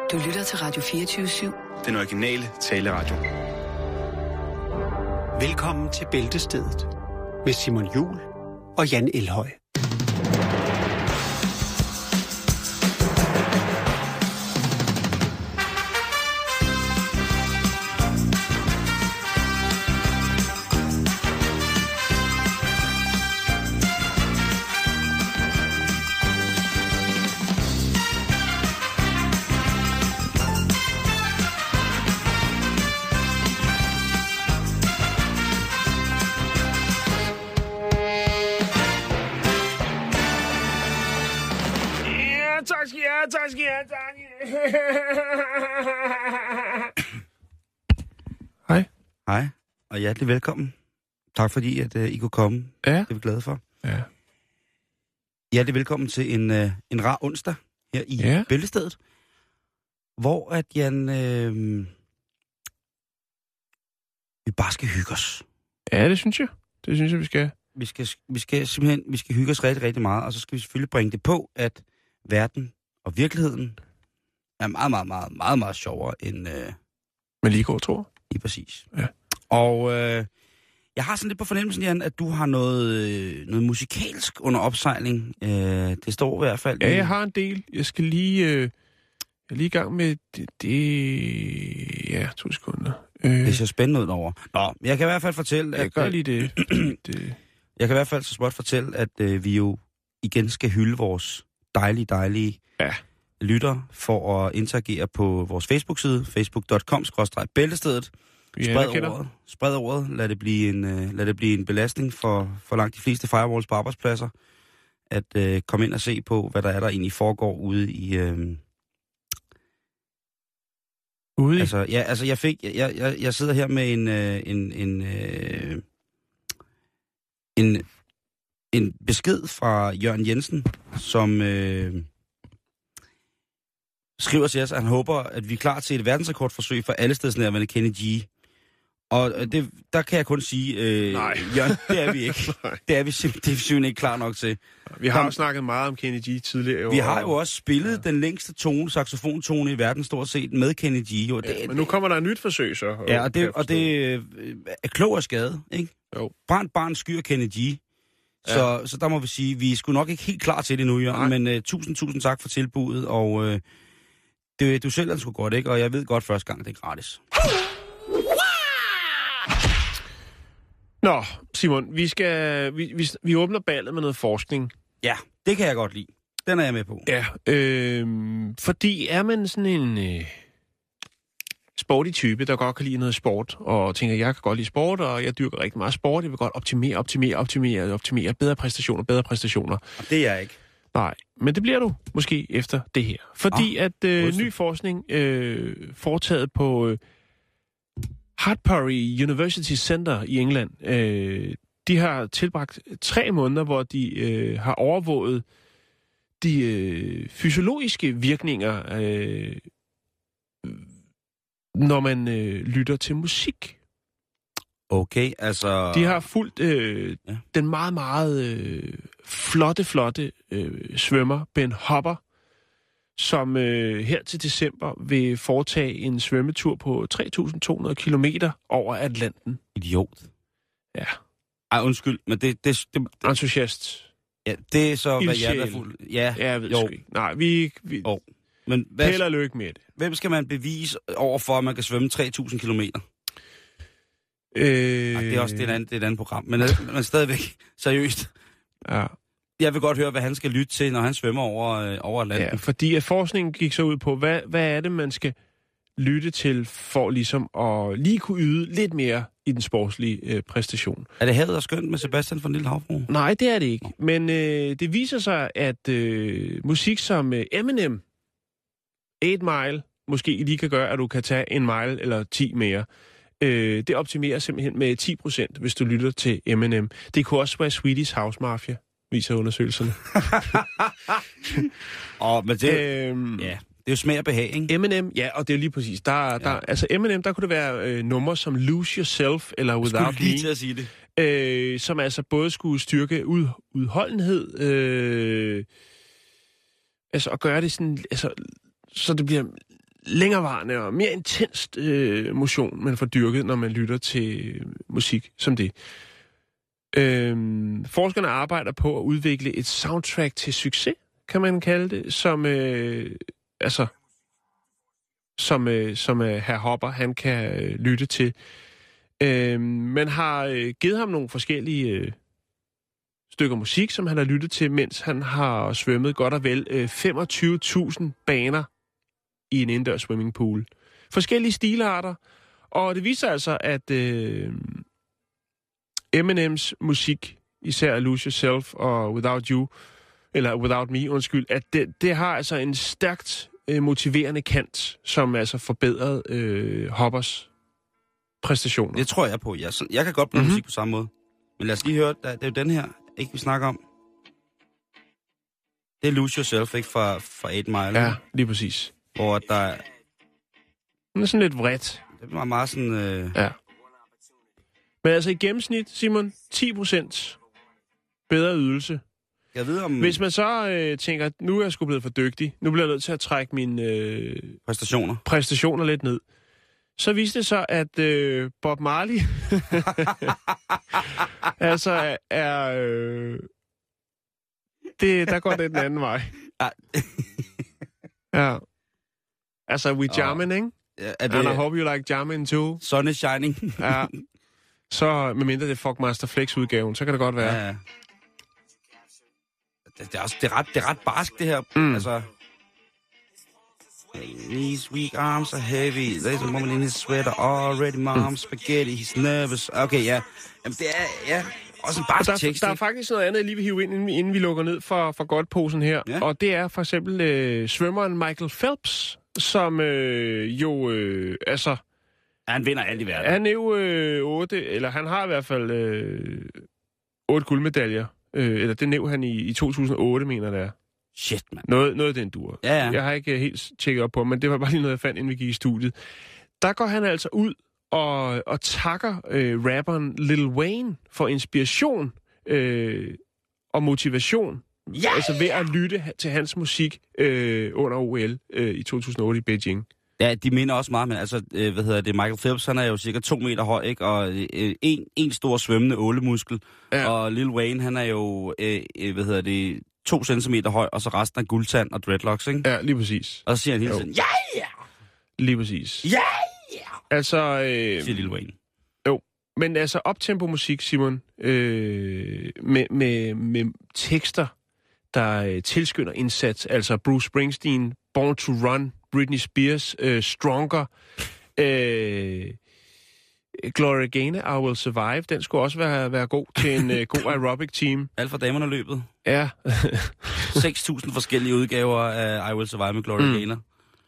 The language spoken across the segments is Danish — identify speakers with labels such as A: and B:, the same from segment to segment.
A: Du lytter til Radio 24/7.
B: Den originale taleradio.
C: Velkommen til Bæltestedet med Simon Juhl og Jan Elhøj.
D: Tak skal jeg. Hej.
B: Hej, og hjertelig velkommen. Tak fordi, at I kunne komme.
D: Ja.
B: Det er vi glade for.
D: Ja.
B: Hjertelig velkommen til en rar onsdag her i Bæltestedet, hvor at Jan, vi bare skal hygge os.
D: Ja, det synes jeg. Det synes jeg, vi skal.
B: Vi skal hygge os rigtig, rigtig meget, og så skal vi selvfølgelig bringe det på, at verden og virkeligheden er meget, meget sjovere end...
D: Men lige går, tror
B: lige præcis.
D: Ja.
B: Og jeg har sådan lidt på fornemmelsen, Jan, at du har noget musikalsk under opsejling. Det står i hvert fald...
D: Ja, jeg har en del. Jeg skal lige... jeg er lige i gang med det... Ja, 2 sekunder.
B: Det ser spændende ud over. Nå, jeg kan i hvert fald fortælle...
D: Jeg gør lige det.
B: Jeg kan i hvert fald så småt fortælle, at vi jo igen skal hylde vores dejlige lytter for at interagere på vores Facebook-side, facebook.com/bæltestedet. Spred ordet. Lad det blive en belastning for langt de fleste firewalls på arbejdspladser. At komme ind og se på, hvad der egentlig foregår ude i... Altså, jeg sidder her med en besked fra Jørgen Jensen, som skriver til os, at han håber, at vi er klar til et verdensrekordforsøg for allestedsnærværende Kenny G. Og der kan jeg kun sige,
D: nej.
B: Jørgen, det er vi ikke. Det er vi simpelthen ikke klar nok til.
D: Vi har jo snakket meget om Kenny G tidligere.
B: Vi har jo også spillet den længste saxofontone i verden stort set med Kenny G. Jo,
D: men nu kommer der et nyt forsøg så.
B: Og det er klog af skade, ikke?
D: Jo.
B: Brændt barn skyer Kenny G. Så der må vi sige, vi er sgu nok ikke helt klar til det nu, Jørgen, men tusind tak for tilbuddet, og du selv er sgu godt, ikke? Og jeg ved godt første gang, det er gratis.
D: Nå, Simon, vi åbner ballet med noget forskning.
B: Ja, det kan jeg godt lide. Den er jeg med på.
D: Ja, fordi er man sådan en sporty type, der godt kan lide noget sport, og tænker, jeg kan godt lide sport, og jeg dyrker rigtig meget sport, jeg vil godt optimere, bedre præstationer.
B: Og det er jeg ikke.
D: Nej, men det bliver du måske efter det her. Fordi ny forskning foretaget på Hartpury University Center i England, de har tilbragt 3 måneder, hvor de har overvåget de fysiologiske virkninger, når man lytter til musik.
B: Okay, altså...
D: De har fulgt den meget, meget flotte svømmer, Ben Hopper, som her til december vil foretage en svømmetur på 3.200 kilometer over Atlanten.
B: Idiot.
D: Ja.
B: Ej, undskyld, men det
D: entusiast.
B: Ja, det er så, hvad jeg er fuld... Ja,
D: jeg ved sgu ikke. Nej, vi
B: men
D: held og lykke med det.
B: Hvem skal man bevise overfor, at man kan svømme 3.000 kilometer? Det er også det er et andet program, men stadigvæk seriøst.
D: Ja.
B: Jeg vil godt høre, hvad han skal lytte til, når han svømmer over Atlanten.
D: Ja, fordi at forskningen gik så ud på, hvad er det, man skal lytte til, for ligesom at lige kunne yde lidt mere i den sportslige præstation.
B: Er det havet og skønt med Sebastian von Lille Havfrue?
D: Nej, det er det ikke. Men det viser sig, at musik som Eminem, 8 Mile, måske lige kan gøre, at du kan tage 1 mile eller 10 mere. Det optimerer simpelthen med 10%, hvis du lytter til Eminem. Det kunne også være Swedish House Mafia, viser undersøgelserne.
B: Men det, det er jo smag og behag, ikke?
D: Eminem, ja, og det er lige præcis. Altså Eminem, der kunne det være numre som Lose Yourself eller Without Me.
B: Skulle lige til at sige det.
D: Som altså både skulle styrke udholdenhed, altså at gøre det sådan, altså, så det bliver længerevarende og mere intenst motion, man får dyrket, når man lytter til musik som det. Forskerne arbejder på at udvikle et soundtrack til succes, kan man kalde det, som herr Hopper, han kan lytte til. Man har givet ham nogle forskellige stykker musik, som han har lyttet til, mens han har svømmet godt og vel 25.000 baner i en indendørs swimmingpool. Forskellige stilarter, og det viser altså, at Eminems musik, især Lose Yourself og Without Me, at det har altså en stærkt motiverende kant, som altså forbedret Hoppers præstationer.
B: Det tror jeg på. Jeg kan godt bruge musik på samme måde. Men lad os lige høre, det er jo den her, ikke vi snakker om. Det er Lose Yourself, ikke? Fra 8 Mile.
D: Ja, lige præcis.
B: Hvor der...
D: Den er sådan lidt vredt.
B: Det var meget sådan...
D: Ja. Men altså i gennemsnit, Simon, 10% bedre ydelse.
B: Jeg ved om...
D: Hvis man så tænker, at nu er jeg sgu blevet for dygtig, nu bliver jeg nødt til at trække mine præstationer lidt ned, så viste det sig, at Bob Marley altså er... der går det den anden vej. Ja. Altså, we jamming, ikke? And I hope you like jamming too.
B: Sun is shining.
D: Ja. Så, medmindre det er Funkmaster Flex-udgaven, så kan det godt være.
B: Ja. Det er ret barsk, det her. Altså... Knees, weak arms are heavy. There's a woman in his sweater already. Mom's spaghetti, he's nervous. Okay, ja. Jamen, det er også en barsk tekst.
D: Der er faktisk noget andet, jeg lige vil hive ind, inden vi lukker ned for godtposen her. Ja. Og det er for eksempel svømmeren Michael Phelps, som altså...
B: Han vinder alt i verden.
D: Han er jo 8, eller han har i hvert fald 8 guldmedaljer. Eller det nævnte han i 2008, mener det er.
B: Shit, mand.
D: Noget af den dur.
B: Ja.
D: Jeg har ikke helt tjekket op på, men det var bare lige noget, jeg fandt, inden vi gik i studiet. Der går han altså ud og takker rapperen Lil Wayne for inspiration og motivation. Yeah! Altså ved at lytte til hans musik under OL i 2008 i Beijing.
B: Ja, de minder også meget, men altså, Michael Phelps, han er jo cirka 2 meter høj, ikke? Og en stor svømmende ålemuskel. Ja. Og Lil Wayne, han er jo, 2 centimeter høj, og så resten af guldtand og dreadlocks, ikke?
D: Ja, lige præcis.
B: Og så siger han hele tiden, ja!
D: Lige præcis.
B: Ja!
D: Altså...
B: siger Lil Wayne.
D: Jo, men altså optempo-musik, Simon, med tekster, der tilskynder indsats, altså Bruce Springsteen, Born to Run, Britney Spears, Stronger, Gloria Gaynor, I Will Survive, den skulle også være god til en god aerobic team.
B: Alt for damerne løbet.
D: Ja.
B: 6.000 forskellige udgaver af I Will Survive med Gloria Gaynor.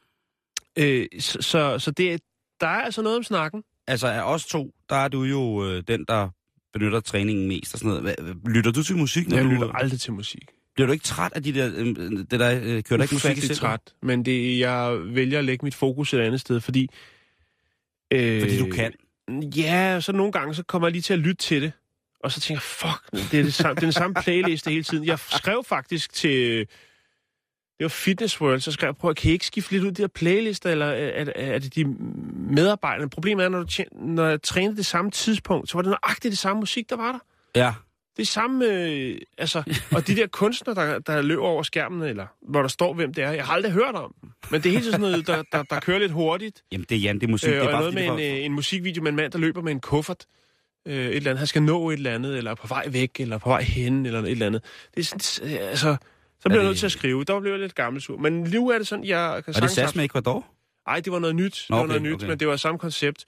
D: Så der er altså noget om snakken.
B: Altså af os to, der er du jo den, der benytter træningen mest og sådan noget. Lytter du til musik?
D: Jeg lytter aldrig til musik.
B: Bliver du ikke træt af det der kører der ikke musik i selv?
D: Træt, men jeg vælger at lægge mit fokus et andet sted, fordi...
B: fordi du kan?
D: Ja, så nogle gange så kommer jeg lige til at lytte til det, og så tænker jeg, fuck, det er den samme playlist hele tiden. Jeg skrev faktisk til... Det var Fitness World, så skrev jeg, prøv, kan I ikke skifte lidt ud af de her playlister, eller er det de medarbejdere? Problemet er, når jeg trænede det samme tidspunkt, så var det nøjagtigt det samme musik, der var der.
B: Ja.
D: Det er samme, og de der kunstnere, der løber over skærmen, eller hvor der står, hvem det er, jeg har aldrig hørt om dem. Men det er helt sådan noget, der kører lidt hurtigt.
B: Jamen, det er Jan, det er musik. Det er
D: og
B: bare,
D: noget med en musikvideo med en mand, der løber med en kuffert. Et eller andet. Han skal nå et eller andet, eller på vej væk, eller på vej hen, eller et eller andet. Det er sådan, altså... Så bliver jeg nødt til at skrive. Der blev jeg lidt gammelsur. Men nu er det sådan, jeg kan...
B: Og det SAS med Ecuador?
D: Nej, det var noget nyt.
B: Okay.
D: Men det var samme koncept.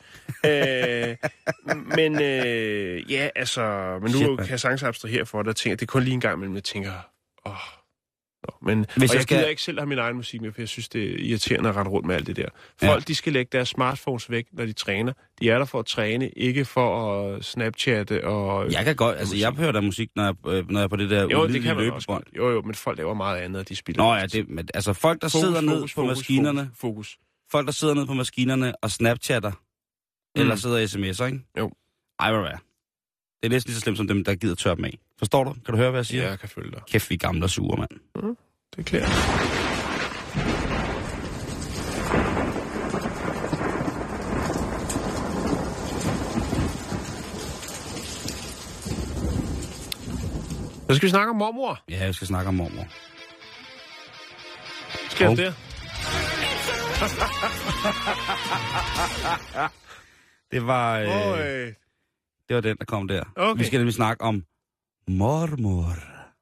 D: Men nu kan jeg sagtens abstrahere for det, og tænker, det er kun lige en gang imellem, jeg tænker, men jeg gider ikke selv have min egen musik med, for jeg synes, det er irriterende at rette rundt med alt det der. Folk, de skal lægge deres smartphones væk, når de træner. De er der for at træne, ikke for at snapchatte og...
B: Jeg kan godt, altså jeg hører der musik, når jeg er på det der ulydelige løbebånd.
D: Jo, men folk laver meget andet, og de spiller...
B: Nå ja, altså folk, der sidder ned på maskinerne...
D: Fokus.
B: Folk, der sidder ned på maskinerne og snapchatter, eller sidder i sms'er, ikke?
D: Jo.
B: Ej, hvad er det er næsten lige så slemt som dem, der gider tørre dem af. Forstår du? Kan du høre, hvad jeg siger?
D: Ja, jeg kan følge dig.
B: Kæft, vi er gamle og sure, mand.
D: Det er klart. Så skal vi snakke om mormor.
B: Ja, vi skal snakke om mormor.
D: Skal jeg det?
B: Det var... Det var den, der kom der.
D: Okay.
B: Vi skal nemlig snakke om mormor.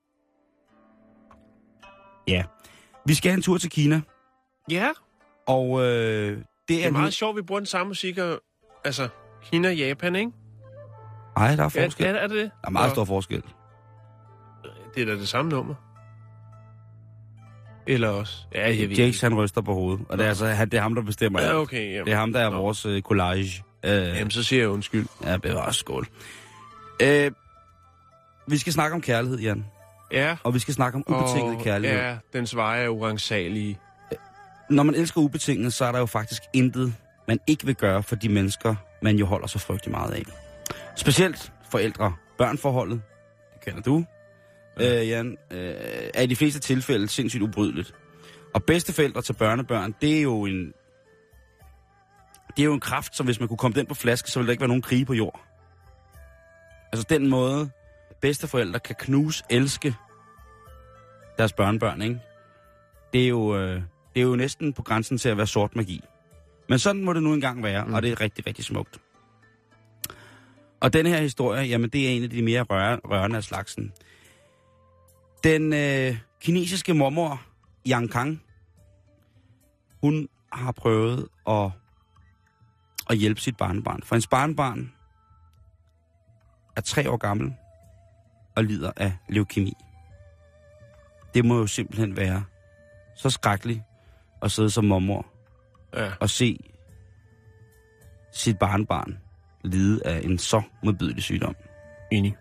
B: Ja. Vi skal have en tur til Kina.
D: Ja.
B: Og det
D: er meget sjovt, vi bruger den samme musik. Altså, Kina og Japan, ikke?
B: Nej, der er forskel.
D: Ja, er det det?
B: Der er meget stor forskel.
D: Det er da det samme nummer. Eller også. Ja, jeg ved
B: Jakes, han ryster på hovedet. Og det er, altså, det er ham, der bestemmer.
D: Ja, okay. Jamen.
B: Det er ham, der er vores collage.
D: Jamen, så siger jeg undskyld.
B: Ja, det var også skål. Vi skal snakke om kærlighed, Jan.
D: Ja.
B: Og vi skal snakke om ubetinget kærlighed.
D: Ja, dens veje er uransagelige.
B: Når man elsker ubetinget, så er der jo faktisk intet, man ikke vil gøre for de mennesker, man jo holder så frygtelig meget af. Specielt forældre-børn-forholdet, det kender du, Jan, er i de fleste tilfælde sindssygt ubrydeligt. Og bedsteforældre til børnebørn, det er jo en kraft, som hvis man kunne komme den på flaske, så ville der ikke være nogen krige på jord. Altså den måde, bedsteforældre kan elske deres børnebørn, ikke? Det er jo næsten på grænsen til at være sort magi. Men sådan må det nu engang være, og det er rigtig, rigtig smukt. Og den her historie, jamen det er en af de mere rørende af slagsen. Den kinesiske mormor, Yang Kang, hun har prøvet at hjælpe sit barnebarn. For hendes barnebarn er 3 år gammel og lider af leukemi. Det må jo simpelthen være så skrækkeligt at sidde som mormor og se sit barnebarn lide af en så modbydelig sygdom.
D: Enig.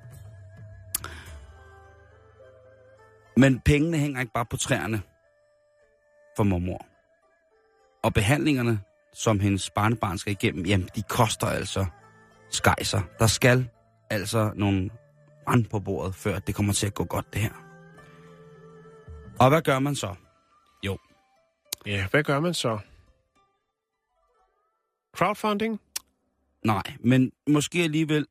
B: Men pengene hænger ikke bare på træerne for mormor. Og behandlingerne, som hendes barnebarn skal igennem, jamen de koster altså skejser. Der skal altså nogle rand på bordet, før det kommer til at gå godt, det her. Og hvad gør man så? Jo.
D: Ja, hvad gør man så? Crowdfunding?
B: Nej, men måske alligevel...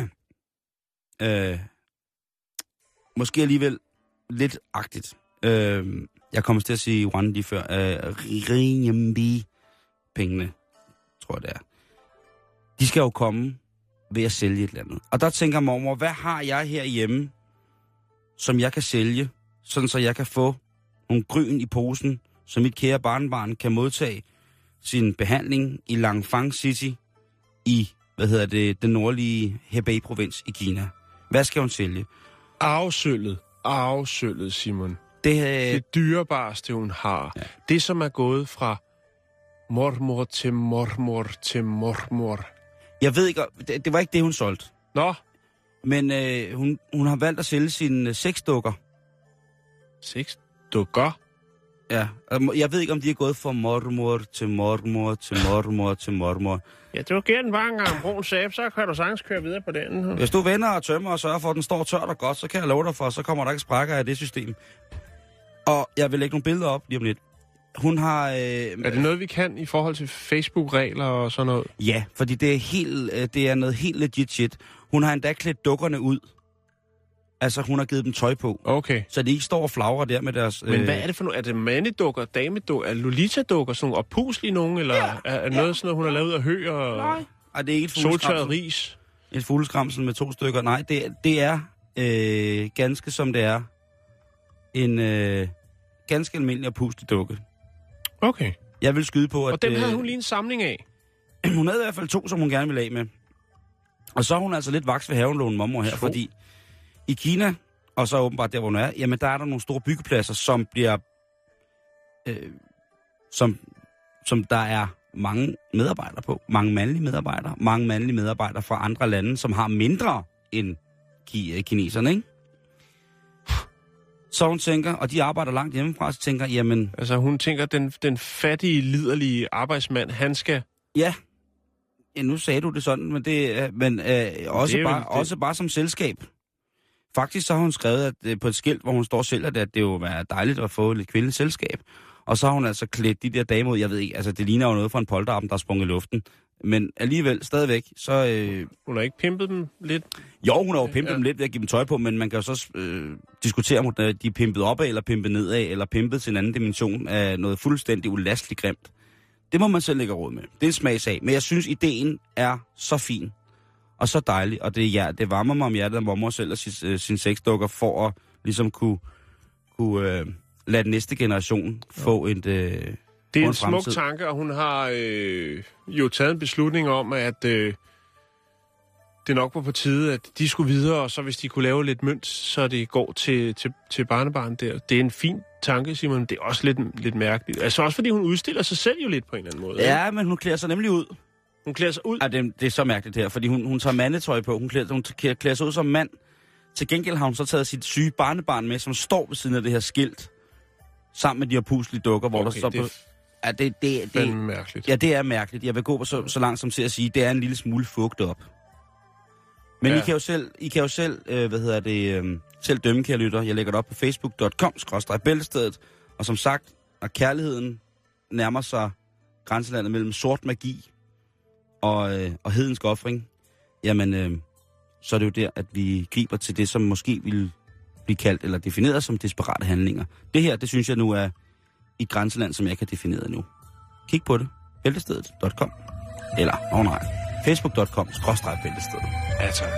B: måske alligevel lidt agtigt. Jeg kommer til at sige one lige før. Renminbi-pengene, tror jeg det er. De skal jo komme ved at sælge et eller andet. Og der tænker mormor, hvad har jeg herhjemme, som jeg kan sælge, sådan så jeg kan få nogle gryn i posen, så mit kære barnebarn kan modtage sin behandling i Langfang City i, den nordlige Hebei-provins i Kina. Hvad skal hun sælge?
D: Arvesølvet, Simon. Det dyrebareste, hun har. Ja. Det, som er gået fra mormor til mormor til mormor.
B: Jeg ved ikke, det var ikke det, hun solgte.
D: Nå.
B: Men hun har valgt at sælge sine sexdukker.
D: Sexdukker?
B: Ja, jeg ved ikke, om de er gået fra mormor til mormor til mormor til mormor.
D: Ja, du giver den bare en gang brun sæbe, så kan du sagtens køre videre på den.
B: Hvis du vender og tømmer og sørger for, at den står tørt og godt, så kan jeg love dig for, så kommer der ikke sprækker af det system. Og jeg vil lægge nogle billeder op lige om lidt. Hun har...
D: er det noget, vi kan i forhold til Facebook-regler og sådan noget?
B: Ja, fordi det er noget helt legit shit. Hun har endda klædt dukkerne ud. Altså, hun har givet dem tøj på.
D: Okay.
B: Så de ikke står og flagrer der med deres...
D: Men hvad er det for noget? Er det mandedukker, damedukker, er Lolita-dukker, sådan nogle opuslige nogen, eller er noget sådan noget, hun har lavet af hø og...
B: Nej. Og det er ikke et
D: soltørret ris?
B: Et fugleskramsel med 2 stykker. Nej, det er ganske som det er. En ganske almindelig opuslig dukke.
D: Okay.
B: Jeg vil skyde på, at...
D: Og dem havde hun lige en samling af?
B: Hun havde i hvert fald 2, som hun gerne ville af med. Og så er hun altså lidt vaks ved havenlån mormor her, fordi i Kina, og så åbenbart der, hvor hun er, jamen der er der nogle store byggepladser, som bliver... som der er mange medarbejdere på. Mange mandlige medarbejdere. Mange mandlige medarbejdere fra andre lande, som har mindre end kineserne, ikke? Så hun tænker, og de arbejder langt hjemmefra, så tænker, jamen...
D: Altså hun tænker, den fattige, liderlige arbejdsmand, han skal...
B: Ja, nu sagde du det sådan, men også bare som selskab. Faktisk så har hun skrevet at, på et skilt, hvor hun står og sælger det, at det jo er dejligt at få lidt kvindeligt selskab. Og så har hun altså klædt de der damer ud, jeg ved ikke, altså det ligner jo noget fra en polterappen, der er sprunget i luften. Men alligevel, stadigvæk, så...
D: Hun har ikke pimpet dem lidt?
B: Jo, hun har jo pimpet dem lidt ved at give dem tøj på, men man kan jo så diskutere, om de er pimpet opad, eller pimpet nedad, eller pimpet til en anden dimension af noget fuldstændig ulasteligt grimt. Det må man selv lægge råd med. Det er en smagsag. Men jeg synes, ideen er så fin og så dejlig, og det varmer mig om hjertet, at mormor sælger sin sexdukker for at ligesom kunne lade den næste generation få et...
D: Det er en smuk tanke, og hun har jo taget en beslutning om, at det nok var på tide, at de skulle videre, og så hvis de kunne lave lidt mønt, så det går til barnebarn der. Det er en fin tanke, Simon, det er også lidt mærkeligt. Altså også fordi hun udstiller sig selv jo lidt på en eller anden måde.
B: Ja, ikke? Men hun klæder sig nemlig ud.
D: Hun klæder sig ud?
B: Ja, det er så mærkeligt her, fordi hun tager mandetøj på. Hun klæder sig ud som mand. Til gengæld har hun så taget sit syge barnebarn med, som står ved siden af det her skilt, sammen med de her puslige dukker, hvor der står på... Ja, det
D: er mærkeligt.
B: Ja, det er mærkeligt. Jeg vil gå så langt som til at sige, det er en lille smule fugt op. Men ja. I kan jo selv, selv dømme, kære lytter. Jeg lægger det op på facebook.com/bæltestedet. Og som sagt, når kærligheden nærmer sig grænselandet mellem sort magi og hedensk ofring, jamen, så er det jo der, at vi griber til det, som måske ville blive kaldt eller defineret som desperate handlinger. Det her, det synes jeg nu er i et grænseland, som jeg kan definere nu. Kig på det. Bæltestedet.com eller, facebook.com/bæltestedet.
D: Ja, tak.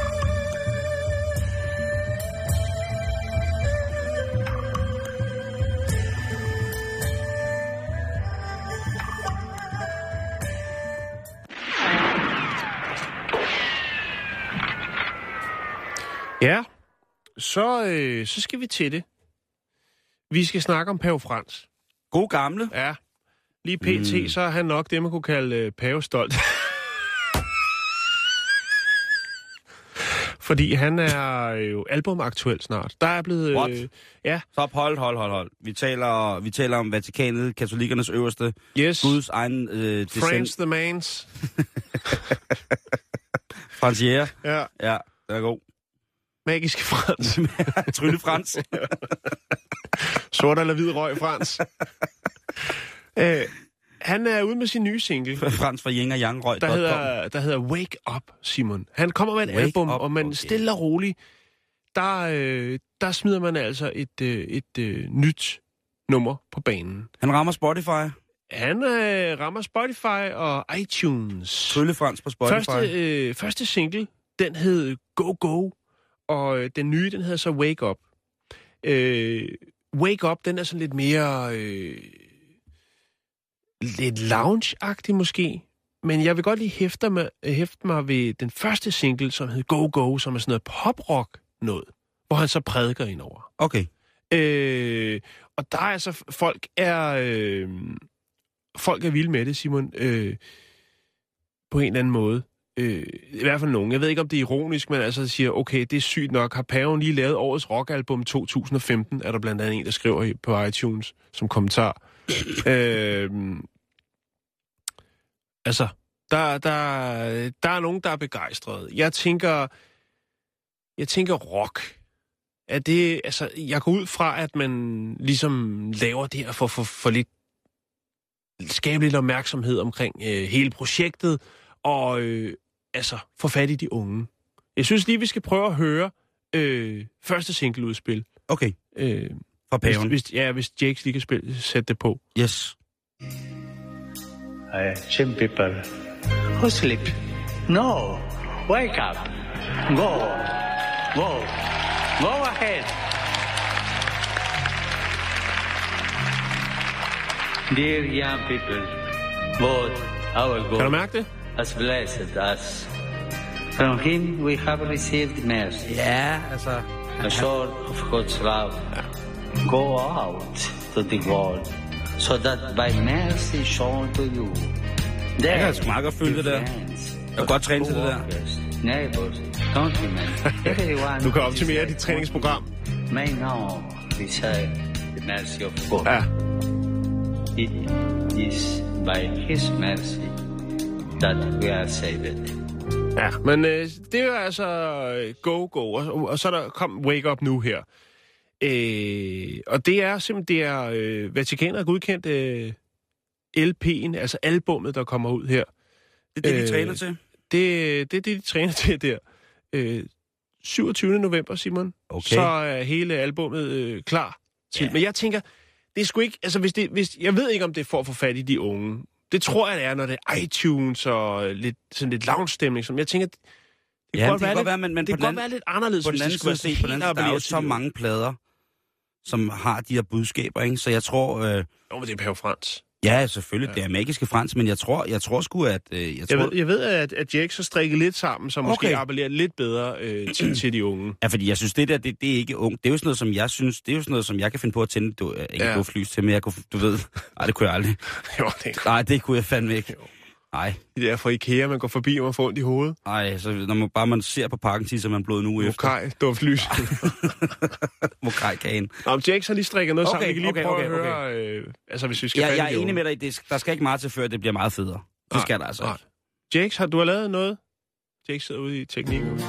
D: Ja, så skal vi til det. Vi skal snakke om Pave Frans.
B: God gamle.
D: Ja. Lige pt. Så er han nok det, man kunne kalde pavestolt. Fordi han er jo albumaktuel snart. Der er blevet...
B: What?
D: Ja.
B: Stop, hold. Vi taler om Vatikanet, katolikernes øverste.
D: Yes.
B: Guds egen...
D: France the Mans.
B: Franciere.
D: Ja.
B: Ja, det er god.
D: Magiske Frans.
B: Trylle Frans.
D: Sort eller hvid røg Frans. Han er ude med sin nye single.
B: Frans fra Yin og Yang Røg.
D: Der hedder Wake Up, Simon. Han kommer med et album, og man stille og roligt, der smider man altså et nyt nummer på banen.
B: Han rammer Spotify.
D: Han rammer Spotify og iTunes.
B: Trylle Frans på Spotify.
D: Første single, den hed Go Go, og den nye, den hedder så Wake Up. Wake Up, den er sådan lidt mere... lidt lounge-agtig måske, men jeg vil godt lige hæfte mig ved den første single, som hed Go Go, som er sådan noget pop-rock noget, hvor han så prædiker ind over.
B: Okay.
D: Og der er altså, folk er vilde med det, Simon, på en eller anden måde. I hvert fald nogen. Jeg ved ikke, om det er ironisk, men altså siger, okay, det er sygt nok. Har paven lige lavet årets rockalbum 2015, er der blandt andet en, der skriver på iTunes som kommentar. Altså, der er nogen, der er begejstrede. Jeg tænker rock. Er det, altså, jeg går ud fra, at man ligesom laver det her for lidt, skabe lidt opmærksomhed omkring hele projektet, og altså, få fat i de unge. Jeg synes lige, vi skal prøve at høre første singleudspil.
B: Okay. Fra paven.
D: Hvis Jakes lige kan sætte det på.
B: Yes.
E: Some people who sleep. No, wake up. Go ahead. Dear young people, God, our God,
D: kan du mærke det?
E: has blessed us. From him we have received mercy.
B: Ja, altså...
E: A sword of God's love. Go out to the world, so that by mercy shown to you.
B: Jeg kan sgu meget godt følge det der. Jeg kan godt træne til det der.
E: Neighbors, countrymen, everyone.
D: Du kan optimere dit træningsprogram.
E: May now receive the mercy of God.
D: Ja.
E: It is by his mercy that we are saved.
D: Ja, men det er altså Go Go, og så der kom Wake Up nu her. Og det er simpelthen, Vatikanet har godkendt LP'en, altså albummet, der kommer ud her.
B: Det er det, de træner til?
D: Det er det, de træner til der. 27. november, Simon.
B: Okay.
D: Så er hele albummet klar til. Ja. Men jeg tænker, det er sgu ikke... Altså, jeg ved ikke, om det er for at få fat i de unge. Det tror jeg, det er, når det er iTunes og lidt lounge-stemning. Som jeg tænker, det kan godt være lidt anderledes,
B: hvis det skulle være helt der er jo så mange plader, som har de her budskaber, ikke? Så jeg tror...
D: Jo, men det er Pave Frans.
B: Ja, selvfølgelig. Ja. Det er magiske Frans, men jeg tror sgu, at...
D: Jeg ved, at Jax har strikket lidt sammen, så måske appellerer lidt bedre til de unge.
B: Ja, fordi jeg synes, det er ikke ungt. Det er jo sådan noget, som jeg synes... Det er jo sådan noget, som jeg kan finde på at tænde duftlys til, men jeg kunne... Du ved... Nej, det kunne jeg aldrig.
D: Jo,
B: Nej, det kunne jeg fandme ikke. Nej.
D: Det er fra IKEA, man går forbi, og man får ondt i hovedet.
B: Nej, så når man ser på pakken, så man blod nu efter.
D: Mokai, duftlys.
B: Mokai-kagen.
D: Om Jax har lige strikket noget sammen, vi kan lige prøve at høre... altså, hvis vi skal
B: jeg er enig med dig, der skal ikke meget til, før det bliver meget federe. Det skal der altså ikke.
D: Jax, du har lavet noget? Jax sidder ude i teknikken.
B: Det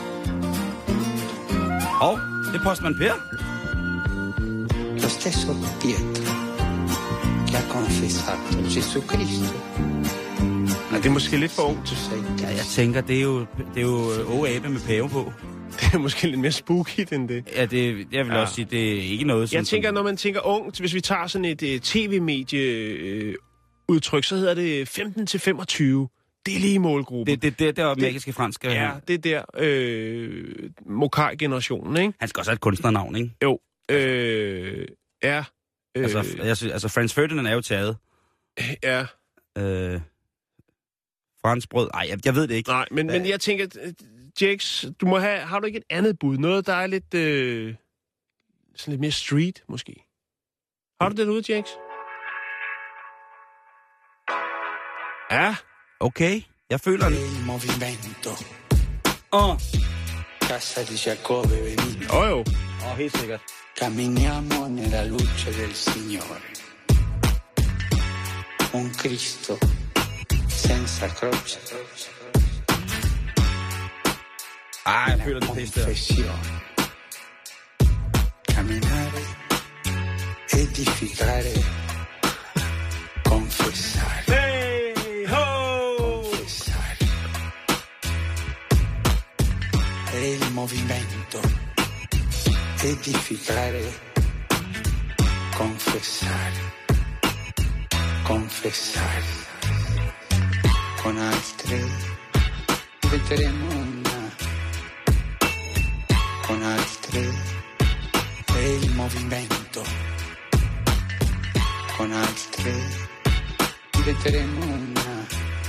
B: er postmand Per.
F: Lo stesso Pietro che ha confessato Gesù Cristo.
D: Nej, det er måske lidt for ungt.
B: Ja, jeg tænker, det er jo abe med pave på.
D: Det er måske lidt mere spooky end det.
B: Ja, jeg vil også sige, det er ikke noget...
D: Jeg tænker, når man tænker ungt, hvis vi tager sådan et tv-medie-udtryk, så hedder det 15 til 25. Det er lige målgruppen.
B: Det er magiske fransk.
D: Ja, det er der Mokai-generationen, ikke?
B: Han skal også have et kunstnernavn, ikke?
D: Jo. Ja.
B: Altså, Franz Ferdinand er jo taget.
D: Ja.
B: Franskbrød. Nej, jeg ved det ikke.
D: Nej, men jeg tænker, Jax, har du ikke et andet bud? Noget, der er lidt, sådan lidt mere street, måske? Har du det derude, Jax? Ja.
B: Okay, jeg føler det.
F: Il movimento. Casa di Giacobbe Benito.
D: Jo.
B: Helt sikkert.
F: Camminiamo nella luce del Signore. Un Cristo senza croce.
B: Jeg føler det pisse der.
F: Camminare, edificare, confessare.
D: Hey ho!
F: Confessare. È il movimento. Edificare, confessare. Confessare. Con altre diventeremo una. Con altre è il movimento. Con altre diventeremo una.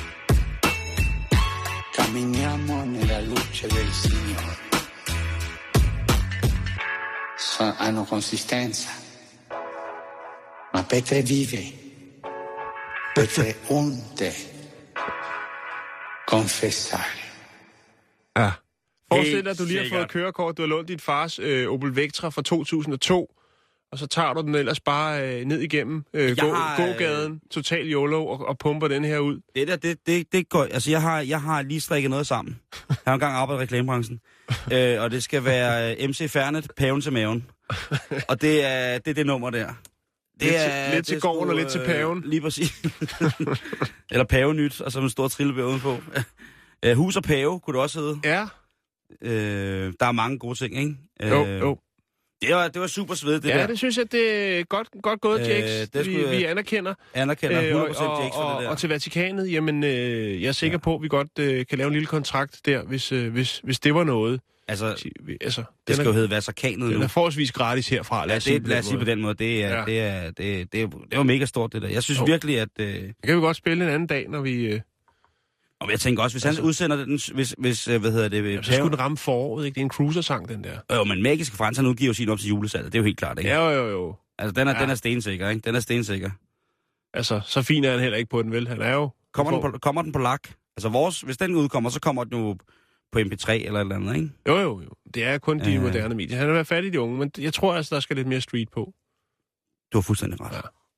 F: Camminiamo nella luce del Signore. Hanno consistenza, ma Petre vive. Petre unte. Confessare.
D: Ja. Forestil dig, at du lige har fået kørekort, du har lånt dit fars Opel Vectra fra 2002, og så tager du den ellers bare ned igennem gågaden, total YOLO, og pumper den her ud.
B: Det går. Altså, jeg har lige strikket noget sammen. Jeg har engang arbejdet i reklamebranchen. Og det skal være MC Fernet, paven til maven. Og det er det nummer der.
D: Lidt til gården og lidt til paven.
B: Lige præcis. Eller pavenyt, og så en stor trillebær udenpå. Hus og pave, kunne det også hedde.
D: Ja.
B: Der er mange gode ting, ikke?
D: Jo.
B: Det var super svedigt, det der.
D: Ja, det synes jeg, det er godt gået, Jax. Vi anerkender.
B: Anerkender 100% Jax for det der.
D: Og til Vatikanet, jamen, jeg er sikker på, at vi godt kan lave en lille kontrakt der, hvis det var noget.
B: Altså det skal jo hedde Vatikanet nu.
D: Den er forholdsvis gratis herfra, lad os sige
B: på den måde. Det var mega stort, det der. Jeg synes virkelig, at...
D: Det kan vi godt spille en anden dag, når vi...
B: Og jeg tænker også, hvis han udsender den, hvis hvad hedder det...
D: Ja, så skulle den ramme foråret, ikke? Det er en cruisersang, den der.
B: Jo, men Magiske Frans, han udgiver sin op til julesalget. Det er jo helt klart, ikke?
D: Jo.
B: Altså, den er stensikker, ikke? Den er stensikker.
D: Altså, så fin er han heller ikke på den, vel? Han er jo...
B: Kommer den på lak? Altså, hvis den udkommer, så kommer den jo på MP3 eller et eller andet, ikke?
D: Jo. Det er kun de moderne medier. Han er været fat i de unge, men jeg tror altså, der skal lidt mere street på.
B: Du har fuldstændig ret.
D: Ja.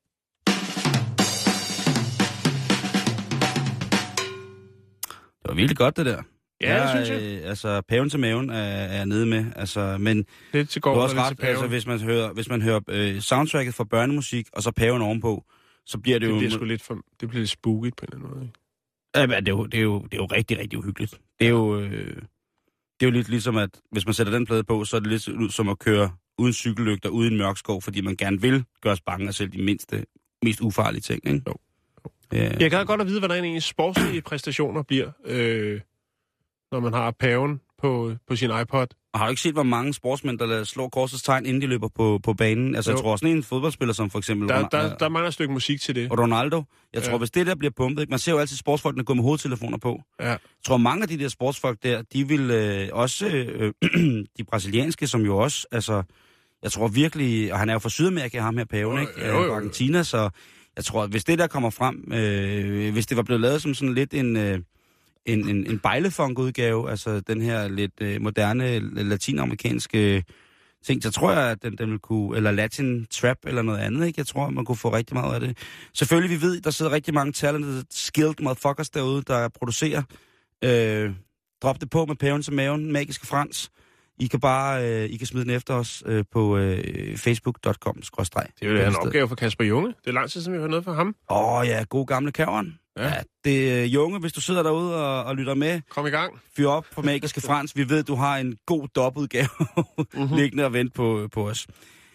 B: Det var virkelig godt, det der.
D: Ja, det synes jeg.
B: Altså, paven til maven er jeg nede med. Altså, men
D: lidt til gården og lidt til paven.
B: Altså, hvis man hører soundtracket fra børnemusik, og så paven ovenpå, så bliver det jo...
D: Det bliver lidt spooky på en eller anden måde, ikke?
B: Det er jo rigtig, rigtig uhyggeligt. Det er jo lidt ligesom, at hvis man sætter den plade på, så er det lidt ud som at køre uden cykellygter, uden mørk skov, fordi man gerne vil gøre os bange af selv de mest ufarlige ting, ikke?
D: Jo. Jeg kan godt at vide, hvordan ens sportslige præstationer bliver, når man har paven på sin iPod.
B: Og har du ikke set, hvor mange sportsmænd, der slår korsets tegn, inden de løber på banen? Altså, jeg tror sådan en fodboldspiller, som for eksempel...
D: Der mangler et stykke musik til det.
B: Og Ronaldo. Jeg tror, hvis det der bliver pumpet... Ikke? Man ser jo altid sportsfolkene gå med hovedtelefoner på.
D: Ja.
B: Jeg tror, mange af de der sportsfolk der, de vil også... de brasilianske, som jo også... Altså, jeg tror virkelig... Og han er jo fra Sydamerika, ham her paven, ikke? Fra Argentina, så... Jeg tror, at hvis det der kommer frem... hvis det var blevet lavet som sådan lidt en bejlefunk-udgave, altså den her lidt moderne latinamerikanske ting, så tror jeg, at den vil kunne, eller latin trap eller noget andet, ikke? Jeg tror, man kunne få rigtig meget af det. Selvfølgelig, vi ved, der sidder rigtig mange talented, skilled motherfuckers derude, der producerer. Drop det på med paven til maven, magiske Frans. I kan smide den efter os på facebook.com/.
D: Det er jo en opgave for Kasper Junge. Det er lang tid, siden vi har hørt noget fra ham.
B: Ja, god gamle Kæveren. Ja, det er Junge, hvis du sidder derude og lytter med.
D: Kom i gang.
B: Fyr op på magiske Frans. Vi ved, du har en god dopudgave liggende og vente på os.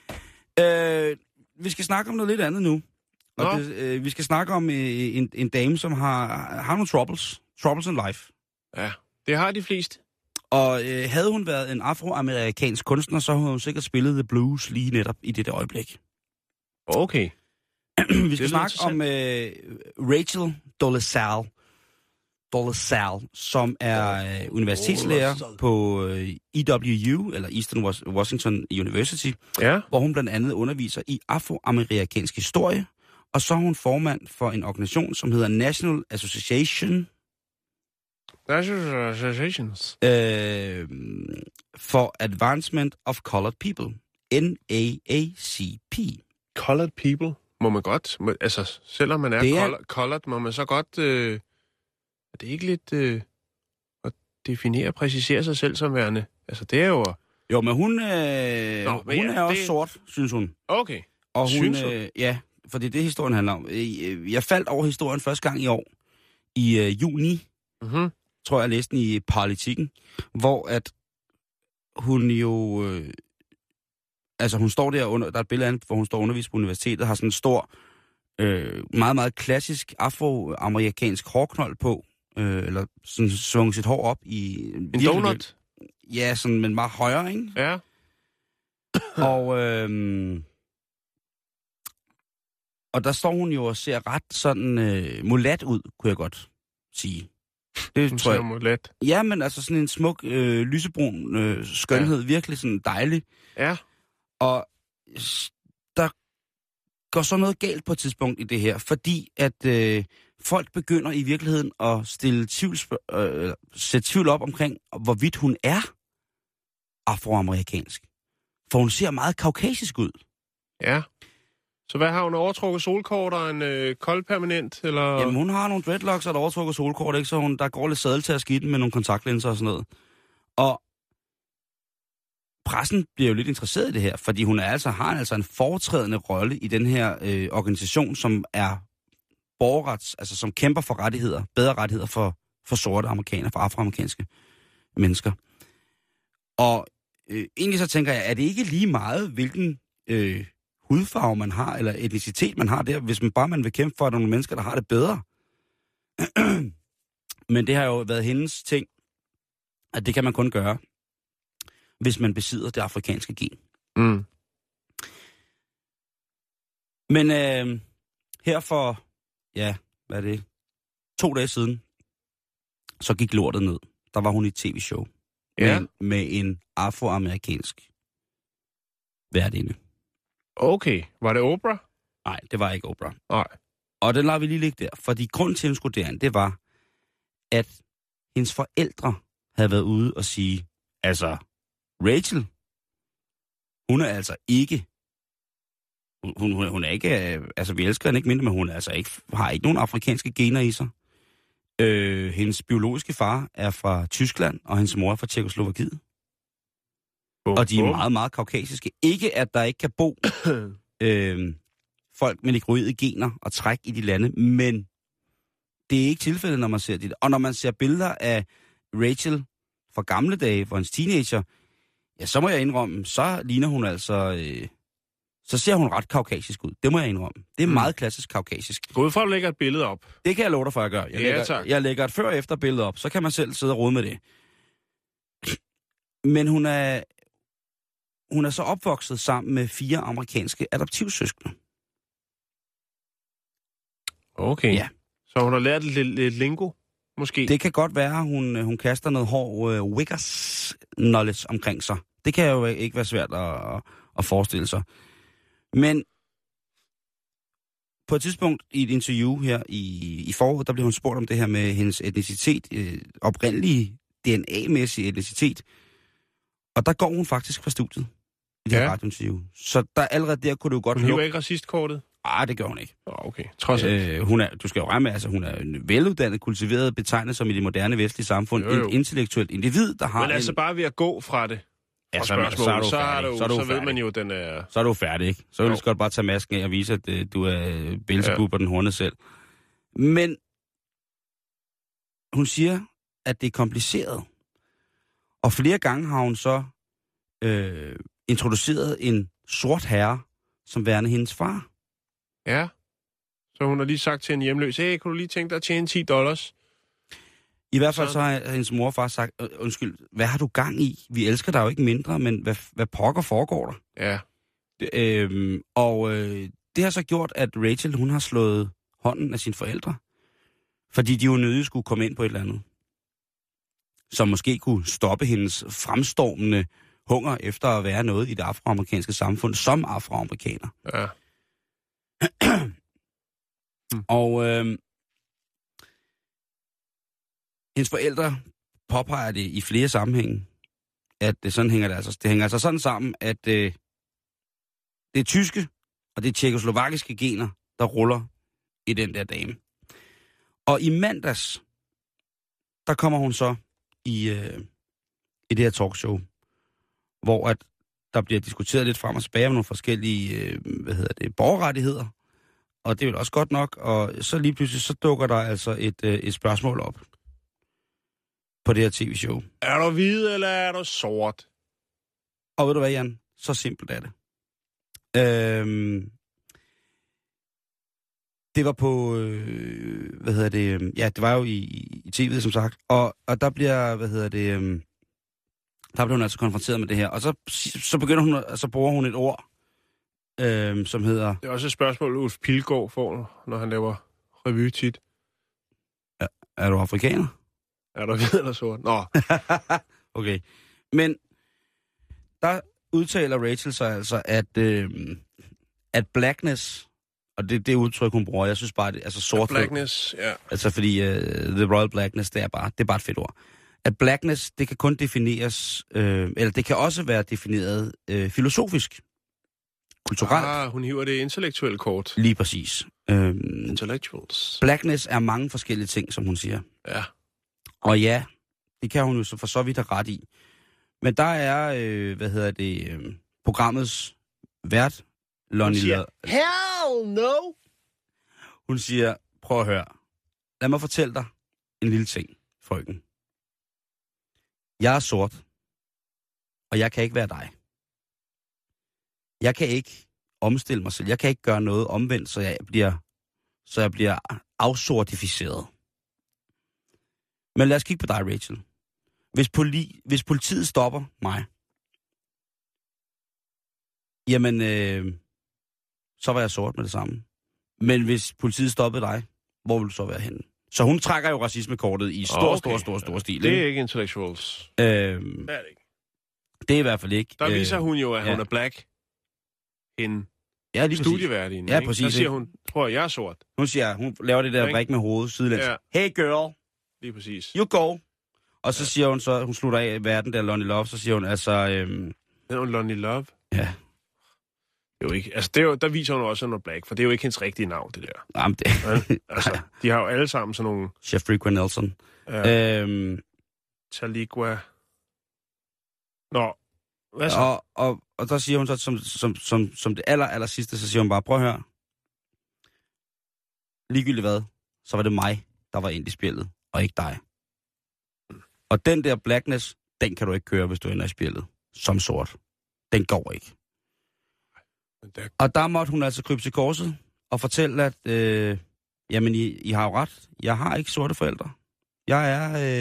B: Vi skal snakke om noget lidt andet nu. Og vi skal snakke om en dame, som har nogle troubles in life.
D: Ja, det har de fleste.
B: Og havde hun været en afroamerikansk kunstner, så havde hun sikkert spillet The Blues lige netop i det øjeblik.
D: Okay.
B: Vi skal snakke om Rachel Dolezal, som er universitetslærer på EWU, eller Eastern Washington University, hvor hun blandt andet underviser i afroamerikansk historie, og så er hun formand for en organisation, som hedder National Associations for Advancement of Colored People, NAACP.
D: Colored People? Må man godt? Altså, selvom man er colored, må man så godt... er det ikke lidt at definere og præcisere sig selv som værende? Altså, det er jo...
B: Jo, men hun er også sort, synes hun.
D: Okay.
B: Og hun, ja, for det er det, historien handler om. Jeg faldt over historien første gang i år, i juni, tror jeg læste den i Politikken, hvor at hun jo... altså, hun står der der er et billede af, hvor hun står undervist på universitetet, har sådan en stor, meget, meget klassisk afroamerikansk hårknold på, eller sådan svunget sit hår op i...
D: En donut?
B: Ja, sådan, men meget højere, ikke?
D: Ja.
B: Og der står hun jo og ser ret sådan mulat ud, kunne jeg godt sige. Det
D: tror jeg. Mulat.
B: Ja, men altså sådan en smuk, lysebrun skønhed, virkelig sådan dejlig.
D: Ja.
B: Og der går så noget galt på et tidspunkt i det her, fordi at folk begynder i virkeligheden at sætte tvivl op omkring, hvorvidt hun er afroamerikansk. For hun ser meget kaukasisk ud.
D: Ja. Så hvad har hun? Overtrukket solkort og en kold permanent? Eller?
B: Jamen, hun har nogle dreadlocks og et overtrukket solkort, ikke? Så der går lidt sadeltaske i den med nogle kontaktlinser og sådan noget. Og pressen bliver jo lidt interesseret i det her, fordi hun har en foretrædende rolle i den her organisation, som er borgerrets, altså som kæmper for rettigheder, bedre rettigheder for sorte amerikanere, for afroamerikanske mennesker. Og egentlig så tænker jeg, er det ikke lige meget, hvilken hudfarve man har, eller etnicitet man har der, hvis man vil kæmpe for, at der er nogle mennesker, der har det bedre. Men det har jo været hendes ting, at det kan man kun gøre, hvis man besidder det afrikanske gen.
D: Mm.
B: Men her for, 2 dage siden, så gik lortet ned. Der var hun i et tv-show med en afroamerikansk værtinde.
D: Okay. Var det Oprah?
B: Nej, det var ikke Oprah.
D: Nej.
B: Og den lader vi lige ligge der, fordi grunden til, at hun skulle derind, det var, at hendes forældre havde været ude og sige, altså, Rachel, hun er altså ikke, hun er ikke, altså vi elsker hende ikke mindre, men hun er altså ikke, har ikke nogen afrikanske gener i sig. Hendes biologiske far er fra Tyskland, og hendes mor er fra Tjekkoslovakiet. Og de er meget, meget kaukasiske. Ikke, at der ikke kan bo folk med negroide gener og træk i de lande, men det er ikke tilfældet, når man ser det. Og når man ser billeder af Rachel fra gamle dage, hvor hendes teenager, ja, så må jeg indrømme, så ligner hun altså... så ser hun ret kaukasisk ud. Det må jeg indrømme. Det er meget klassisk kaukasisk.
D: Gå ud for at lægge et billede op.
B: Det kan jeg love dig for, at jeg gør. Jeg lægger et før- og efter billede op, så kan man selv sidde og rode med det. Men hun er så opvokset sammen med 4 amerikanske adoptivsøskende.
D: Okay.
B: Ja.
D: Så hun har lært lidt lingo, måske?
B: Det kan godt være, hun kaster noget hård Wiggers knowledge omkring sig. Det kan jo ikke være svært at forestille sig. Men på et tidspunkt i et interview her i foråret, der blev hun spurgt om det her med hendes etnicitet, oprindelige DNA-mæssige etnicitet. Og der går hun faktisk fra studiet i det her radiointerview. Så allerede der kunne du godt...
D: Hun hiver ikke racistkortet?
B: Nej, det gør hun ikke.
D: Okay, trods alt.
B: Du skal jo regne med, altså hun er en veluddannet, kultiveret, betegnet som i det moderne vestlige samfund, en intellektuelt individ, der har...
D: Men altså bare ved at gå fra det,
B: ja,
D: så ved man jo, den er...
B: Så er du færdig, ikke? Så vil du godt bare tage masken af og vise, at du er Beelzebub og den hornede selv. Men hun siger, at det er kompliceret. Og flere gange har hun så introduceret en sort herre som værende hendes far.
D: Ja. Så hun har lige sagt til en hjemløs, hey, kunne du lige tænke dig at tjene $10?
B: I hvert fald så har hendes mor og far sagt, undskyld, hvad har du gang i? Vi elsker dig jo ikke mindre, men hvad pokker foregår der?
D: Ja.
B: Det har så gjort, at Rachel, hun har slået hånden af sine forældre, fordi de jo nødig skulle komme ind på et eller andet, som måske kunne stoppe hendes fremstormende hunger efter at være noget i det afroamerikanske samfund som afroamerikaner.
D: Ja.
B: Og hendes forældre påpeger det i flere sammenhænge, at sådan hænger det hænger altså sådan sammen, at det er tyske og det er tjekkoslovakiske gener, der ruller i den der dame. Og i mandags, der kommer hun så i det her talkshow, hvor at der bliver diskuteret lidt frem og tilbage med nogle forskellige, borgerrettigheder. Og det er vel også godt nok. Og så lige pludselig, så dukker der altså et spørgsmål op på det her tv-show.
D: Er du hvid, eller er du sort?
B: Og ved du hvad, Jan? Så simpelt er det. Det var på, det var jo i tv'et, som sagt. Og der bliver, der blev hun altså konfronteret med det her. Og så begynder hun, så bruger hun et ord, som hedder...
D: Det er også et spørgsmål, Ulf Pilgaard får, når han laver revy tit.
B: Er du afrikaner?
D: Er du hvid eller sort? Nå.
B: Okay. Men der udtaler Rachel sig altså, at blackness, og det udtryk, hun bruger, jeg synes bare, det altså sort...
D: Blackness, ja.
B: Altså fordi the royal blackness, det er bare et fedt ord. At blackness, det kan kun defineres, eller det kan også være defineret filosofisk, kulturelt.
D: Hun hiver det intellektuelle kort.
B: Lige præcis.
D: Intellectuals.
B: Blackness er mange forskellige ting, som hun siger.
D: Ja.
B: Og ja, det kan hun jo for så vidt have ret i. Men der er, programmets vært, Lonnie Love.
D: Hell no!
B: Hun siger, prøv at høre. Lad mig fortælle dig en lille ting, frøken. Jeg er sort, og jeg kan ikke være dig. Jeg kan ikke omstille mig selv. Jeg kan ikke gøre noget omvendt, så jeg bliver afsortificeret. Men lad os kigge på dig, Rachel. Hvis politiet stopper mig, jamen, så var jeg sort med det samme. Men hvis politiet stoppede dig, hvor vil du så være henne? Så hun trækker jo racismekortet i stor stil.
D: Det er ikke intellectuals.
B: Det er det ikke. Det er i hvert fald ikke.
D: Der viser hun jo, at hun er black. En studieværdien.
B: Ja, præcis.
D: Der siger hun, prøv at jeg er sort.
B: Hun laver det der brik med hovedet sidelæns. Ja. Hey girl.
D: Lige præcis.
B: You go. Og så siger hun så, hun slutter af verden der Lonnie Love, så siger hun altså...
D: Det er jo Lonnie Love?
B: Ja.
D: Det er jo ikke, altså der viser hun også, at hun er black, for det er jo ikke hendes rigtige navn, det der.
B: Jamen det...
D: Altså, de har jo alle sammen sådan nogle...
B: Jeffrey Nelson.
D: Ja. Taligua. Nå, hvad så?
B: Og så siger hun så, som det aller sidste, så siger hun bare, prøv at høre. Ligegyldigt hvad, så var det mig, der var ind i spillet, og ikke dig. Og den der blackness, den kan du ikke køre, hvis du ender i spillet. Som sort. Den går ikke. Og der måtte hun altså krybe til korset og fortælle, at jamen, I har jo ret. Jeg har ikke sorte forældre. Jeg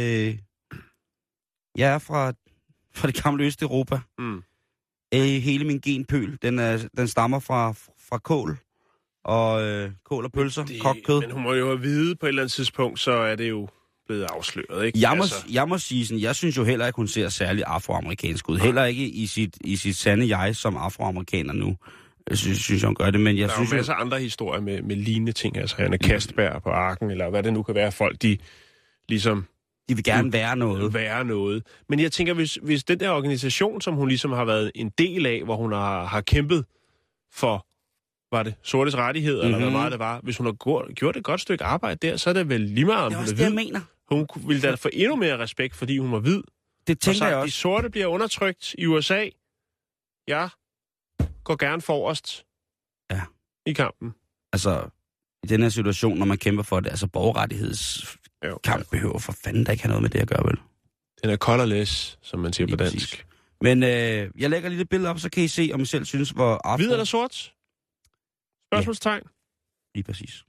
B: er fra det gamle Østeuropa. Hele min genpøl, den stammer fra kål. Og kål og pølser, kogt kød.
D: Men hun må jo have vide på et eller andet tidspunkt, så er det jo blevet afsløret, ikke?
B: Jeg må sige sådan, jeg synes jo heller ikke, hun ser særlig afroamerikansk ud. Heller ikke i sit sande jeg som afroamerikaner nu. Jeg synes, hun gør det, men jeg synes
D: der er jo masser af andre historier med lignende ting. Altså, han er Kastberg på Arken, eller hvad det nu kan være. Folk, de ligesom...
B: De vil gerne være
D: noget. Men jeg tænker, hvis den der organisation, som hun ligesom har været en del af, hvor hun har kæmpet for, var det sortes rettigheder, eller hvad meget det var, hvis hun har gjort et godt stykke arbejde der, så er det vel lige meget, om hun er hvid.
B: Jeg mener.
D: Hun ville da få endnu mere respekt, fordi hun var hvid.
B: Det tænker jeg også.
D: De sorte bliver undertrykt i USA. Ja, går gerne forrest i kampen.
B: Altså, i den her situation, når man kæmper for det, altså borgerrettighedskamp behøver for fanden der ikke have noget med det at gøre, vel?
D: Den er colorless, som man siger lige på dansk. Præcis.
B: Men jeg lægger lige et billede op, så kan I se, om I selv synes, hvor...
D: Hvid eller sort? Spørgsmålstegn?
B: Ja. Lige præcis.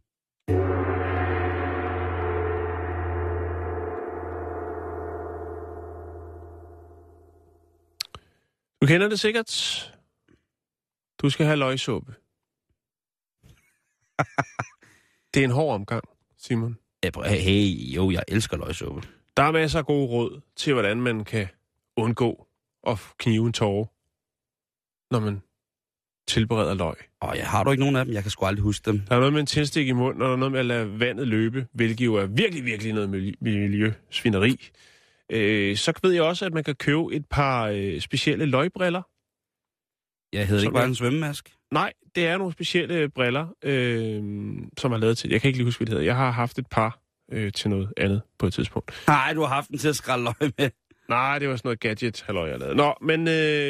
D: Du kender det sikkert. Du skal have løgsuppe. Det er en hård omgang, Simon.
B: Jeg elsker løgsuppe.
D: Der er masser af gode råd til, hvordan man kan undgå at knive en tåre, når man tilbereder løg.
B: Har du ikke nogen af dem? Jeg kan sgu aldrig huske dem.
D: Der er noget med en tændstik i munden, og der er noget med at lade vandet løbe, hvilket jo er virkelig, virkelig noget miljøsvineri. Så ved jeg også, at man kan købe et par specielle løgbriller.
B: Jeg hedder ikke bare en svømmemask?
D: Nej, det er nogle specielle briller, som er lavet til... Jeg kan ikke lige huske, hvad det hedder. Jeg har haft et par til noget andet på et tidspunkt.
B: Nej, du har haft den til at skrælle løg med. Nej,
D: det var sådan noget gadget-halløj, jeg lavede. Nå, men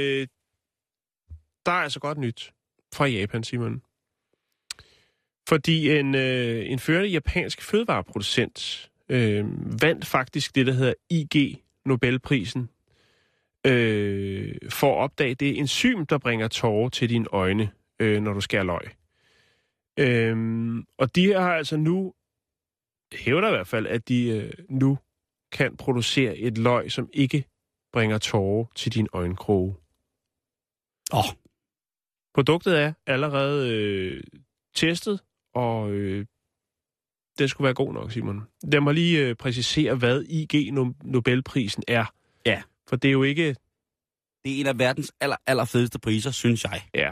D: der er altså godt nyt fra Japan, Simon. Fordi en førende japansk fødevareproducent vandt faktisk det, der hedder IG Nobelprisen, for at opdage det enzym, der bringer tårer til dine øjne, når du skærer løg. Og de har altså nu, hævder i hvert fald, at de nu kan producere et løg, som ikke bringer tårer til din øjenkroge. Produktet er allerede testet, og det skulle være god nok, Simon. Lad mig lige præcisere, hvad IG Nobelprisen er.
B: Ja.
D: For det er jo ikke...
B: Det er en af verdens allerfedeste priser, synes jeg.
D: Ja.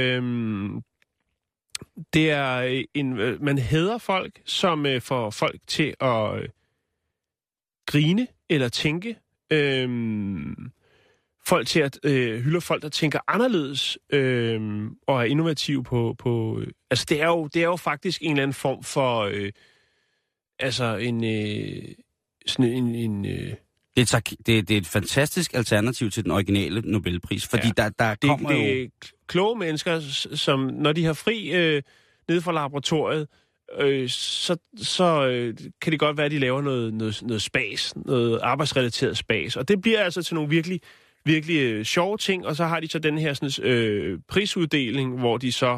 D: Det er man hædrer folk, som får folk til at grine eller tænke. Folk til at hylde folk, der tænker anderledes og er innovative på altså, det er jo faktisk en eller anden form for altså
B: Det er et fantastisk alternativ til den originale Nobelpris, fordi der kommer jo...
D: Det er kloge mennesker, som når de har fri nede fra laboratoriet, så kan det godt være, at de laver noget spas, noget arbejdsrelateret spas. Og det bliver altså til nogle virkelig sjove ting, og så har de så den her prisuddeling, hvor de så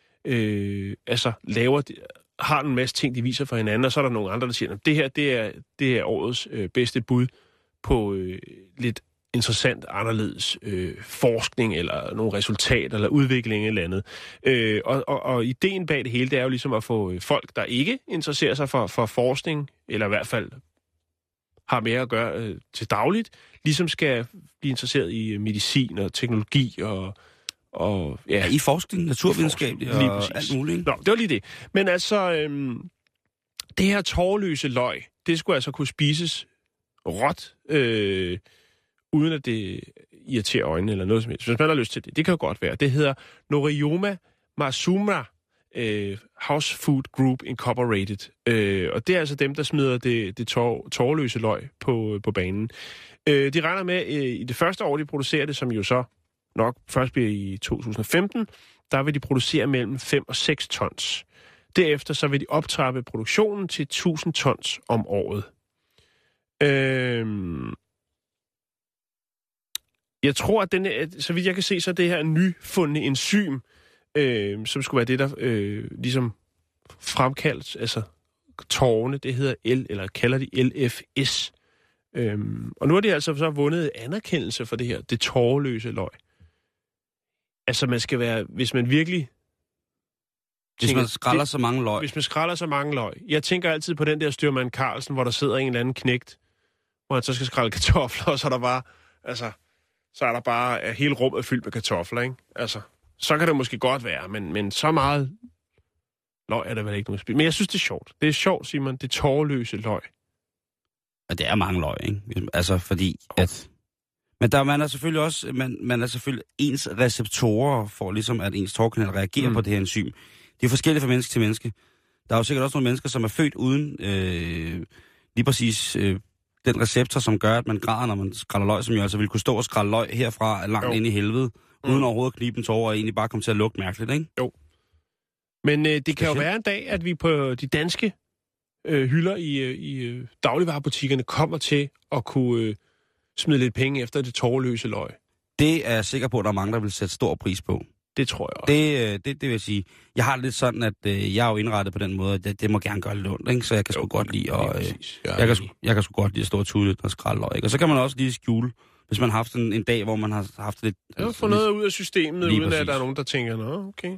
D: har en masse ting, de viser for hinanden, og så er der nogle andre, der siger, at det her det er årets bedste bud på lidt interessant, anderledes forskning, eller nogle resultater, eller udvikling eller andet. Og ideen bag det hele, det er jo ligesom at få folk, der ikke interesserer sig for forskning, eller i hvert fald har mere at gøre til dagligt, ligesom skal blive interesseret i medicin og teknologi og
B: i forskning, naturvidenskab og alt muligt.
D: Nå, det var lige det. Men altså, det her tårløse løg, det skulle altså kunne spises råt, uden at det irriterer øjnene eller noget som helst. Hvis man har lyst til det, det kan jo godt være. Det hedder Noriyama Matsuma House Food Group Incorporated. Og det er altså dem, der smider det tårløse løg på banen. De regner med, i det første år, de producerer det, som jo så nok først bliver i 2015, der vil de producere mellem 5 og 6 tons. Derefter så vil de optrappe produktionen til 1000 tons om året. Jeg tror, at så vidt jeg kan se, så er det her nyfundne enzym, som skulle være det, der ligesom fremkaldt, altså tårne, det hedder eller kalder de LFS. Og nu har de altså så vundet anerkendelse for det her, det tåreløse løg. Altså man skal være, hvis man virkelig...
B: Hvis man skræller så mange løg.
D: Hvis man skræller så mange løg. Jeg tænker altid på den der styrmand Carlsen, hvor der sidder en eller anden knægt, hvor han så skal skrælle kartofler, og så er der bare, så er der bare hele rummet fyldt med kartofler, ikke? Altså, så kan det måske godt være, men så meget løg er der vel ikke nogen spil. Men jeg synes, det er sjovt. Det er sjovt, Simon, det tårløse løg.
B: Og det er mange løg, ikke? Altså, fordi at... Men man er selvfølgelig også, man er selvfølgelig ens receptorer for ligesom, at ens tårkanal reagerer på det her enzym. Det er forskelligt fra menneske til menneske. Der er jo sikkert også nogle mennesker, som er født uden lige præcis den receptor, som gør, at man græder, når man skræller løg, som jo altså ville kunne stå og skrælle løg herfra langt ind i helvede, uden overhovedet at knibe en tårer og egentlig bare komme til at lugte mærkeligt, ikke?
D: Jo. Men det kan jo være en dag, at vi på de danske hylder i dagligvarebutikkerne kommer til at kunne smide lidt penge efter det tårløse løg.
B: Det er jeg sikker på, at der er mange, der vil sætte stor pris på.
D: Det tror jeg også.
B: Det vil jeg sige. Jeg har det lidt sådan, at jeg er jo indrettet på den måde, at det må gerne gøre lidt ondt, ikke? Så jeg kan sgu godt lide jeg kan sgu godt lide at stå og tude lidt og skrælle løg, ikke? Og så kan man også lige skjule, hvis man har haft en dag, hvor man har haft lidt...
D: Ja, få noget ud af systemet, uden præcis. At der er nogen, der tænker, nå, okay.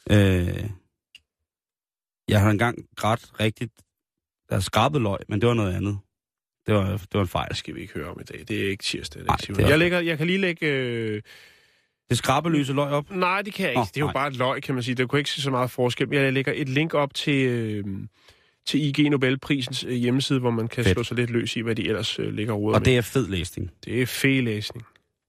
B: Jeg har engang grædt rigtigt, der skrabet løg, men det var noget andet. Det var en fejl.
D: Det skal vi ikke høre om i dag. Det er ikke tirsdag. Jeg kan lige lægge...
B: Det skrabeløse løg op?
D: Nej, det kan jeg ikke. Det er jo bare et løg, kan man sige. Der kunne ikke se så meget forskel. Jeg lægger et link op til IG Nobelprisens hjemmeside, hvor man kan slå sig lidt løs i, hvad de ellers ligger og roder med.
B: Og det er fed læsning.
D: Det er fed læsning.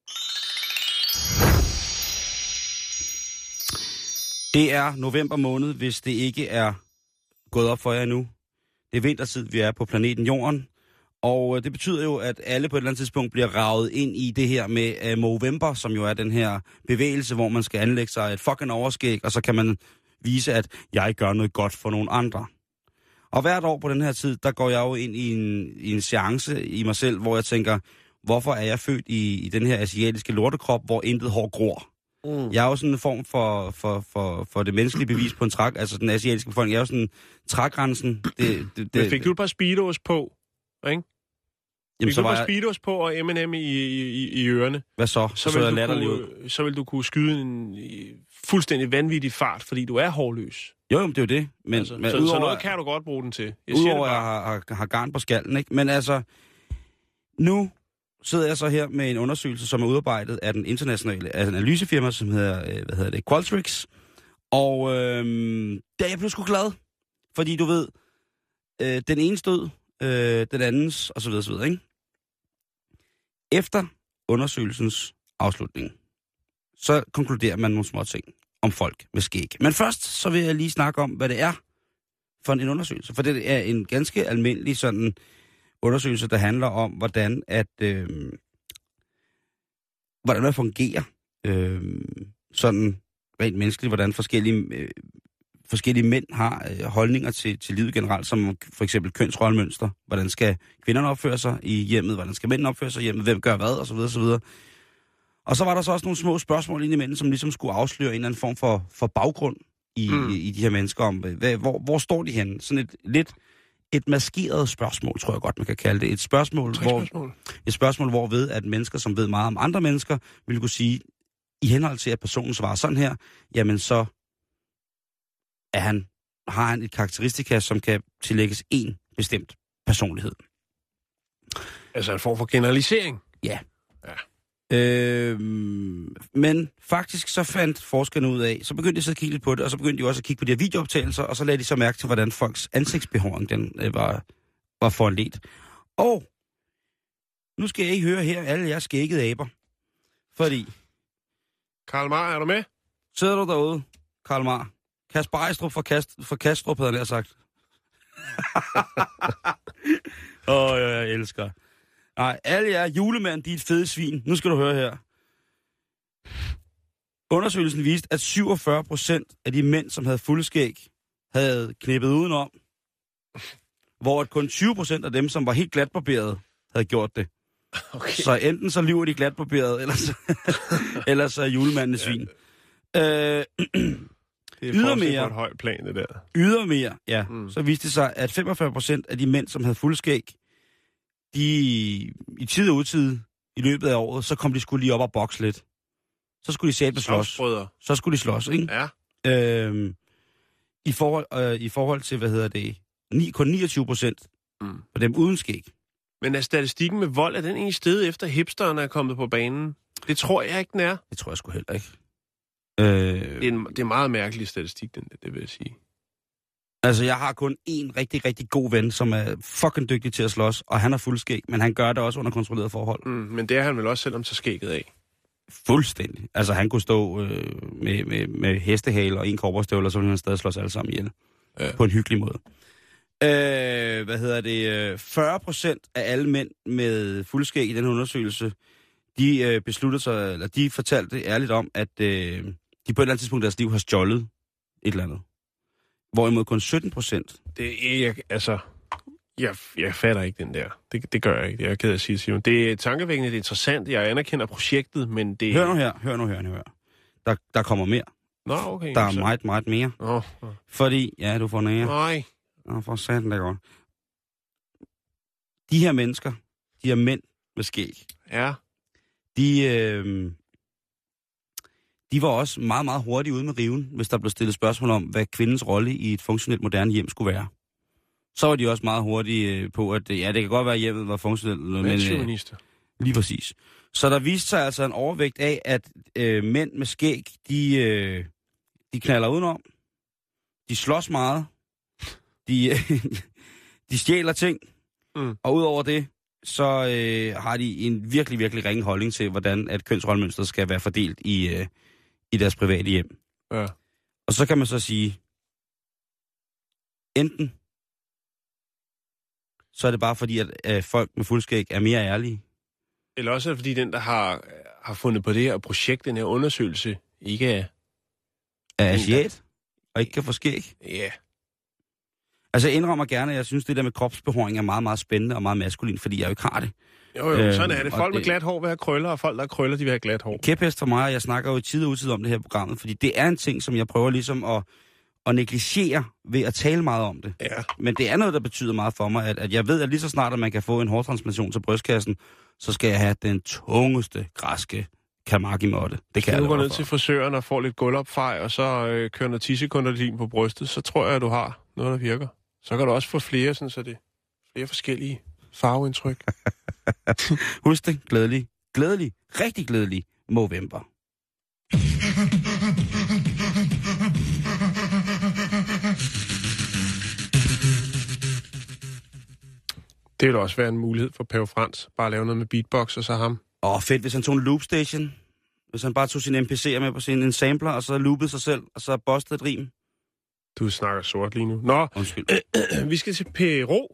B: Det er november måned, hvis det ikke er gået op for jer endnu. Det er vintertid, vi er på planeten Jorden. Og det betyder jo, at alle på et eller andet tidspunkt bliver raget ind i det her med Movember, som jo er den her bevægelse, hvor man skal anlægge sig et fucking overskæg, og så kan man vise, at jeg gør noget godt for nogle andre. Og hvert år på den her tid, der går jeg jo ind i en seance i mig selv, hvor jeg tænker, hvorfor er jeg født i den her asiatiske lortekrop, hvor intet hår gror? Jeg er jo sådan en form for det menneskelige bevis på en træk, altså den asiatiske befolkning. Jeg er jo sådan trækgrænsen.
D: Men fik du et par speedos på, ikke?
B: Jamen,
D: så var jeg... speedos på og M&M i ørerne.
B: Hvad så?
D: Så vil du kunne skyde en fuldstændig vanvittig fart, fordi du er hårløs.
B: Jo, det er jo det. Men,
D: altså, men så noget kan du godt bruge den til.
B: Udover at jeg har garn på skallen, ikke? Men altså, nu sidder jeg så her med en undersøgelse, som er udarbejdet af den internationale analysefirma, som hedder Qualtrics. Og der jeg blev sgu glad, fordi du ved, den ene stod, den andens, og så videre, ikke? Efter undersøgelsens afslutning, så konkluderer man nogle små ting om folk med skæg. Men først, så vil jeg lige snakke om, hvad det er for en undersøgelse. For det er en ganske almindelig sådan undersøgelse, der handler om, hvordan man fungerer sådan rent menneskeligt, hvordan forskellige mænd har holdninger til livet generelt, som for eksempel kønsrollemønster. Hvordan skal kvinderne opføre sig i hjemmet? Hvordan skal mændene opføre sig i hjemmet? Hvem gør hvad? Og så videre, så videre. Og så var der så også nogle små spørgsmål indimellem, som ligesom skulle afsløre en eller anden form for baggrund i de her mennesker om, hvor står de henne? Sådan et maskeret spørgsmål, tror jeg godt, man kan kalde det. Et spørgsmål, hvor ved, at mennesker, som ved meget om andre mennesker, ville kunne sige, i henhold til, at personen svarer sådan her, jamen så har han et karakteristika, som kan tillægges en bestemt personlighed.
D: Altså en form for generalisering?
B: Ja. Men faktisk så fandt forskerne ud af, så begyndte de så at kigge lidt på det, og så begyndte de også at kigge på de her videooptagelser, og så lagde de så mærke til, hvordan folks ansigtsbehåring den var foranledt. Og nu skal jeg ikke høre her alle jeres skæggede aber, fordi...
D: Karl Marr, er du med?
B: Sidder du derude, Karl Marr? Kasper Ejstrup fra Kastrup, havde han sagt. Jeg elsker. Nej, alle jer julemænd, de er et fede svin. Nu skal du høre her. Undersøgelsen viste, at 47% af de mænd, som havde fuldskæg, havde knippet udenom, hvor kun 20% af dem, som var helt glatbarberet, havde gjort det. Okay. Så enten så lyver de glatbarberet, eller så er julemanden et svin.
D: Det er ydermere på et højt plan, det der.
B: Ydermere, ja. Så viste det sig, at 45% af de mænd, som havde fuldskæg, de i tid og utid i løbet af året, så kom de skulle lige op og bokse lidt. Så skulle de satme slås. Så skulle de slås, ikke?
D: Ja.
B: I forhold til, kun 29% for dem uden skæg.
D: Men er statistikken med vold, er den egentlig steget efter hipsterne er kommet på banen? Det tror jeg ikke, den er.
B: Det tror jeg sgu heller ikke.
D: Det er meget mærkelig statistik, det vil jeg sige.
B: Altså, jeg har kun en rigtig, rigtig god ven, som er fucking dygtig til at slås, og han har fuldskæg, men han gør det også under kontrolleret forhold.
D: Men det er han vel også, selvom så skægget af?
B: Fuldstændig. Altså, han kunne stå med hestehale og en kobberstøvler, så ville han stadig slås alle sammen ihjel. Ja. På en hyggelig måde. 40% af alle mænd med fuldskæg i den undersøgelse, de besluttede sig, eller de fortalte ærligt om, at de på et eller andet tidspunkt i deres liv har stjålet et eller andet. Hvorimod kun 17%.
D: Jeg fatter ikke den der. Det gør jeg ikke. Jeg er ked af at sige, Simon. Det er tankevækkende, det er interessant. Jeg anerkender projektet, men det...
B: Hør nu her. Der kommer mere.
D: Nå, okay.
B: Der er meget, meget mere. Fordi, ja, du får nære.
D: Nej.
B: Nå, for satan, det godt. De her mennesker, de her mænd med skæg,
D: ja.
B: De var også meget, meget hurtigt ude med riven, hvis der blev stillet spørgsmål om, hvad kvindens rolle i et funktionelt moderne hjem skulle være. Så var de også meget hurtige på, at ja, det kan godt være, at hjemmet var funktionelt. Men lige præcis. Så der viste sig altså en overvægt af, at mænd med skæg, de knalder udenom. De slås meget. De stjæler ting. Og udover det, så har de en virkelig, virkelig ringe holdning til, hvordan at kønsrollemønstret skal være fordelt i deres private hjem.
D: Ja.
B: Og så kan man så sige, enten så er det bare fordi, at folk med fuldskæg er mere ærlige.
D: Eller også er det fordi, den, der har fundet på det her projekt, den her undersøgelse, ikke er
B: asiat og ikke kan få skæg.
D: Ja. Yeah.
B: Altså, jeg indrømmer gerne, at jeg synes, det der med kropsbehåring er meget, meget spændende og meget maskulin, fordi jeg jo ikke har det.
D: Jo, sådan er det. Folk med glat hår vil have krøller, og folk, der har krøller, de vil have glat hår.
B: Kæphest for mig, og jeg snakker jo i tid og utid om det her programmet, fordi det er en ting, som jeg prøver ligesom at negligere ved at tale meget om det.
D: Ja.
B: Men det er noget, der betyder meget for mig, at jeg ved, at lige så snart, at man kan få en hårtransplantation til brystkassen, så skal jeg have den tungeste græske kamaki-måtte. Det kan jeg
D: gå ned til frisøren og få lidt gulvopfej, og så kører noget 10 sekunder din på brystet, så tror jeg, at du har noget, der virker. Så kan du også få flere, sådan, så det flere forskellige farveindtryk.
B: Husk det. Glædelig, rigtig glædelig Movember.
D: Det ville også være en mulighed for Pave Frans. Bare lave noget med beatbox og så ham.
B: Fedt, hvis han tog en loopstation. Hvis han bare tog sin MPC'er med på sin sampler, og så loopede sig selv, og så bostede et rim.
D: Du snakker sort lige nu. Nå, vi skal til Peru.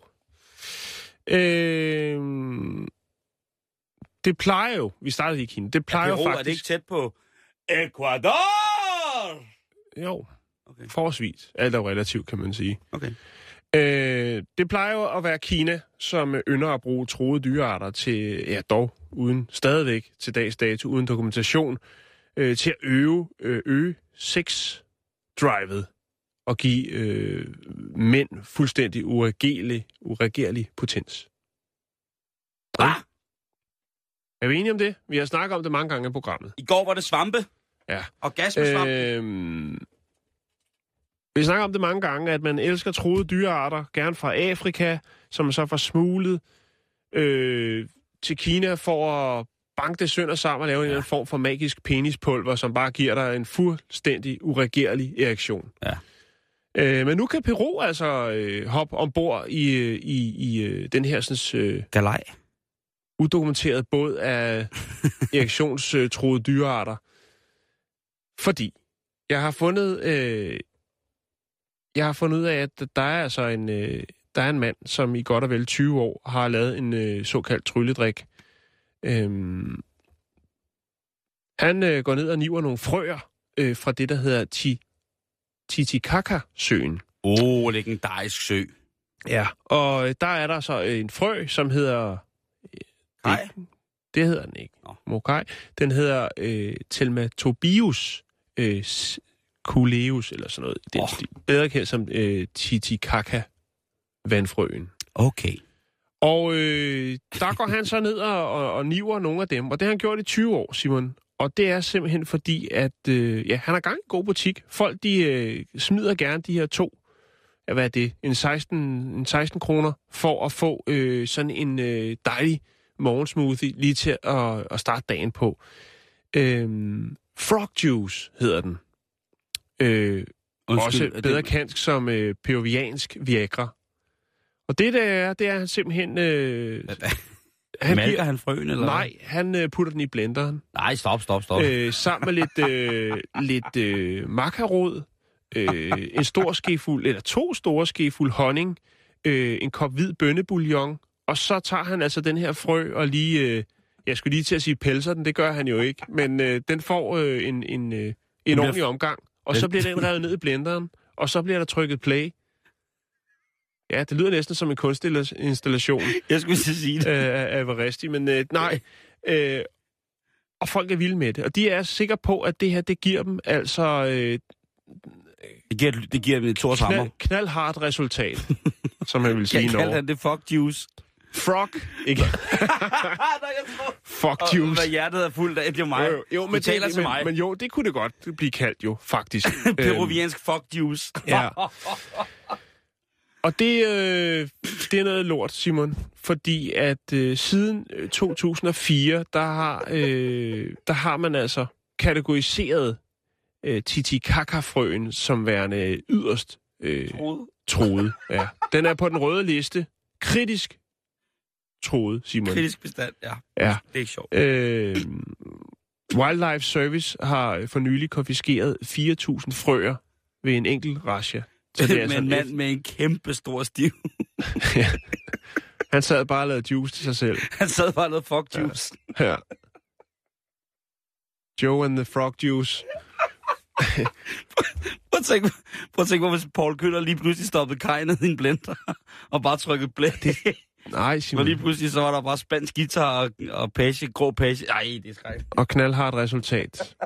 D: Det plejer jo, vi startede i Kina, det plejer
B: Peru,
D: jo faktisk...
B: er det ikke tæt på Ecuador?
D: Jo, okay. Forholdsvis. Alt er jo relativt, kan man sige.
B: Okay.
D: Det plejer jo at være Kina, som ynder at bruge truede dyrearter til, ja dog, stadigvæk til dags dato, uden dokumentation, til at øge sex-drivet og give mænd fuldstændig uregerlig potens.
B: Ah!
D: Er vi enige om det? Vi har snakket om det mange gange i programmet.
B: I går var det svampe.
D: Ja.
B: Orgasmesvampe.
D: Vi snakker om det mange gange, at man elsker truede dyrearter, gerne fra Afrika, som man så får smuglet til Kina for at banke det sønder sammen og lave en form for magisk penispulver, som bare giver dig en fuldstændig uregerlig erektion.
B: Ja.
D: Men nu kan Peru altså hoppe ombord i den her sådan,
B: galej.
D: Udokumenteret båd af erektionstruede dyrearter. Fordi jeg har fundet ud af, at der er altså en mand, som i godt og vel 20 år har lavet en såkaldt trylledrik. Han går ned og niver nogle frøer fra det, der hedder Titicaca-søen.
B: Legendarisk sø.
D: Ja, og der er der så en frø, som hedder...
B: Nej.
D: Det hedder den ikke. Mokai. Den hedder Telmatobius culeus, eller sådan noget. Den stil. Bedre kendt som Titicaca-vandfrøen.
B: Okay.
D: Og der går han så ned og niver nogle af dem, og det har han gjort i 20 år, Simon. Og det er simpelthen fordi, at han har gang i en god butik. Folk, de smider gerne de her hvad er det, en 16 kroner, for at få sådan en dejlig morgensmoothie lige til at starte dagen på. Frog Juice hedder den. Også bedre kendt som peruviansk Viagra. Og det er han simpelthen...
B: Malker han frøen, eller?
D: Nej, han putter den i blenderen.
B: Nej, stop.
D: Sammen med lidt makarod, en stor skefuld, eller 2 store skefuld honning, en kop hvid bønnebouillon, og så tager han altså den her frø og lige... jeg skulle lige til at sige pelser den, det gør han jo ikke, men den får en ordentlig omgang, og så bliver den revet ned i blenderen, og så bliver der trykket play. Ja, det lyder næsten som en kunstinstallation.
B: Jeg skulle sige det.
D: Af Everesti, men nej. Og folk er vilde med det, og de er sikre på, at det her, det giver dem altså...
B: Det giver dem et Thors hammer.
D: Knaldhardt resultat, som man vil sige i Norge.
B: Kaldte han det frog juice?
D: Frog, ikke? Frog juice.
B: Hvad hjertet er fuldt af, det er mig.
D: Jo, men taler til mig. Men jo, det kunne det godt blive kaldt jo, faktisk.
B: Peruviansk frog juice.
D: Ja. Og det er noget lort, Simon, fordi at siden 2004, der har man altså kategoriseret Titicaca-frøen som værende yderst truet. Ja. Den er på den røde liste. Kritisk truet, Simon.
B: Kritisk bestand, ja. Det er ikke sjovt.
D: Wildlife Service har for nylig konfiskeret 4.000 frøer ved en enkelt razzia.
B: Med en mand med en kæmpe stor stiv.
D: Ja. Han sad bare og lavede juice til sig selv.
B: Han sad bare og lavede frog juice.
D: Ja. Joe and the frog juice.
B: Prøv at tænke, hvis Paul Køller lige pludselig stoppede Kaj ned i en blender og bare trykkede blend.
D: Nej, Simon.
B: Og lige pludselig så var der bare spansk guitar og page, grå page. Ej, det er skrækkeligt.
D: Og knaldhardt resultat.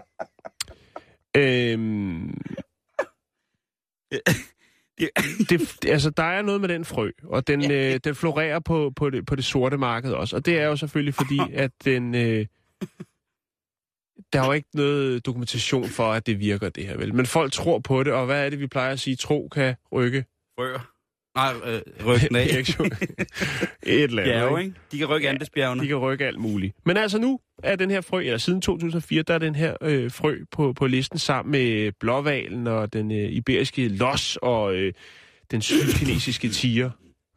D: Altså, der er noget med den frø, og den florerer på det sorte marked også. Og det er jo selvfølgelig fordi, at den... der er jo ikke noget dokumentation for, at det virker, det her, vel? Men folk tror på det, og hvad er det, vi plejer at sige? Tro kan rykke.
B: Frøer. Nej, rykke af.
D: Et eller andet.
B: Bjerge, ikke? De kan rykke Andesbjergene.
D: De kan rykke alt muligt. Men altså nu er den her frø, eller siden 2004, der er den her frø på listen sammen med blåhvalen og den iberiske los og den sydkinesiske tiger,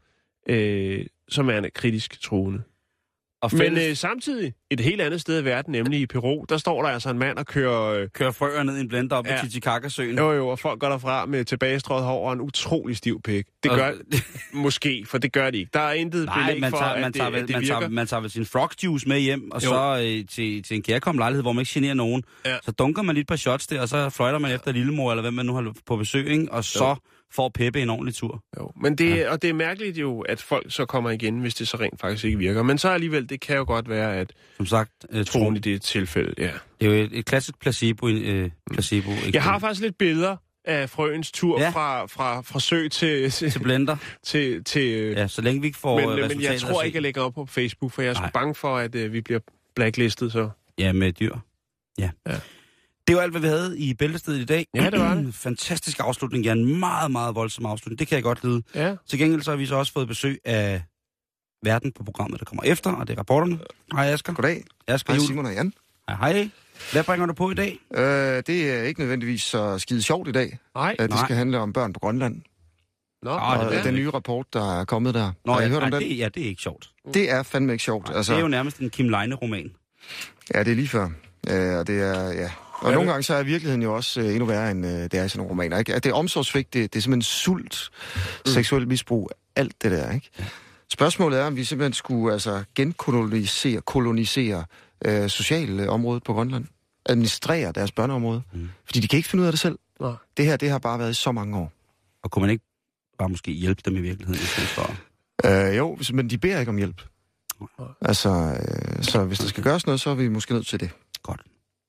D: som er kritisk truende. Men samtidig, et helt andet sted i verden, nemlig i Peru, der står der altså en mand og kører
B: frøer ned i en blender op i Titicaca-søen.
D: Jo, og folk går derfra med tilbagestrøget hår og en utrolig stiv pik. Det gør måske, for det gør de ikke. Der er intet belæg for, at det virker.
B: Man tager vel sin frog juice med hjem, og så til en kærkommen lejlighed, hvor man ikke generer nogen. Ja. Så dunker man lidt par shots der, og så fløjter man efter lillemor, eller hvem man nu har på besøg, ikke? Og så får Peppe en ordentlig tur.
D: Jo, men og det er mærkeligt jo, at folk så kommer igen, hvis det så rent faktisk ikke virker. Men så alligevel, det kan jo godt være, at
B: som sagt,
D: troen i det tilfælde, ja.
B: Det er jo et klassisk placebo.
D: Jeg har faktisk lidt billeder af frøens tur fra sø til
B: blender.
D: til
B: så længe vi ikke får
D: men jeg tror ikke, jeg lægger op på Facebook, for jeg er sgu bange for, at vi bliver blacklistet så.
B: Ja, med dyr. Ja. Det var alt, hvad vi havde i Bæltestedet i dag.
D: Ja, det var det.
B: Fantastisk afslutning, ja. En meget, meget voldsom afslutning. Det kan jeg godt lide.
D: Ja.
B: Til gengæld så har vi så også fået besøg af verden på programmet, der kommer efter, og det er rapporterne. Hej Asger.
G: Goddag.
B: Asger
G: Hej
B: Juhl.
G: Simon og Jan.
B: Hej. Hvad bringer du på i dag?
G: Det er ikke nødvendigvis så skide sjovt i dag.
D: Nej.
G: Det skal handle om børn på Grønland. Og den nye rapport, der er kommet der.
B: Nå,
G: har I hørt om
B: den?
G: den?
B: Det er ikke sjovt.
G: Det er fandme ikke sjovt.
B: Altså, det er jo nærmest en Kim Leine-roman.
G: Ja, det er lige før. Og det er, ja... Og nogle gange så er virkeligheden jo også endnu værre, end det er i sådan nogle romaner, ikke? At det er omsorgsvigt, det er simpelthen sult, seksuelt misbrug, alt det der, ikke? Spørgsmålet er, om vi simpelthen skulle kolonisere sociale området på Grønland. Administrere deres børneområde. Fordi de kan ikke finde ud af det selv.
D: Nej.
G: Det her, det har bare været i så mange år.
B: Og kunne man ikke bare måske hjælpe dem i virkeligheden i stedet for?
G: Jo, men de beder ikke om hjælp. Altså, så hvis der skal gøres noget, så er vi måske nødt til det.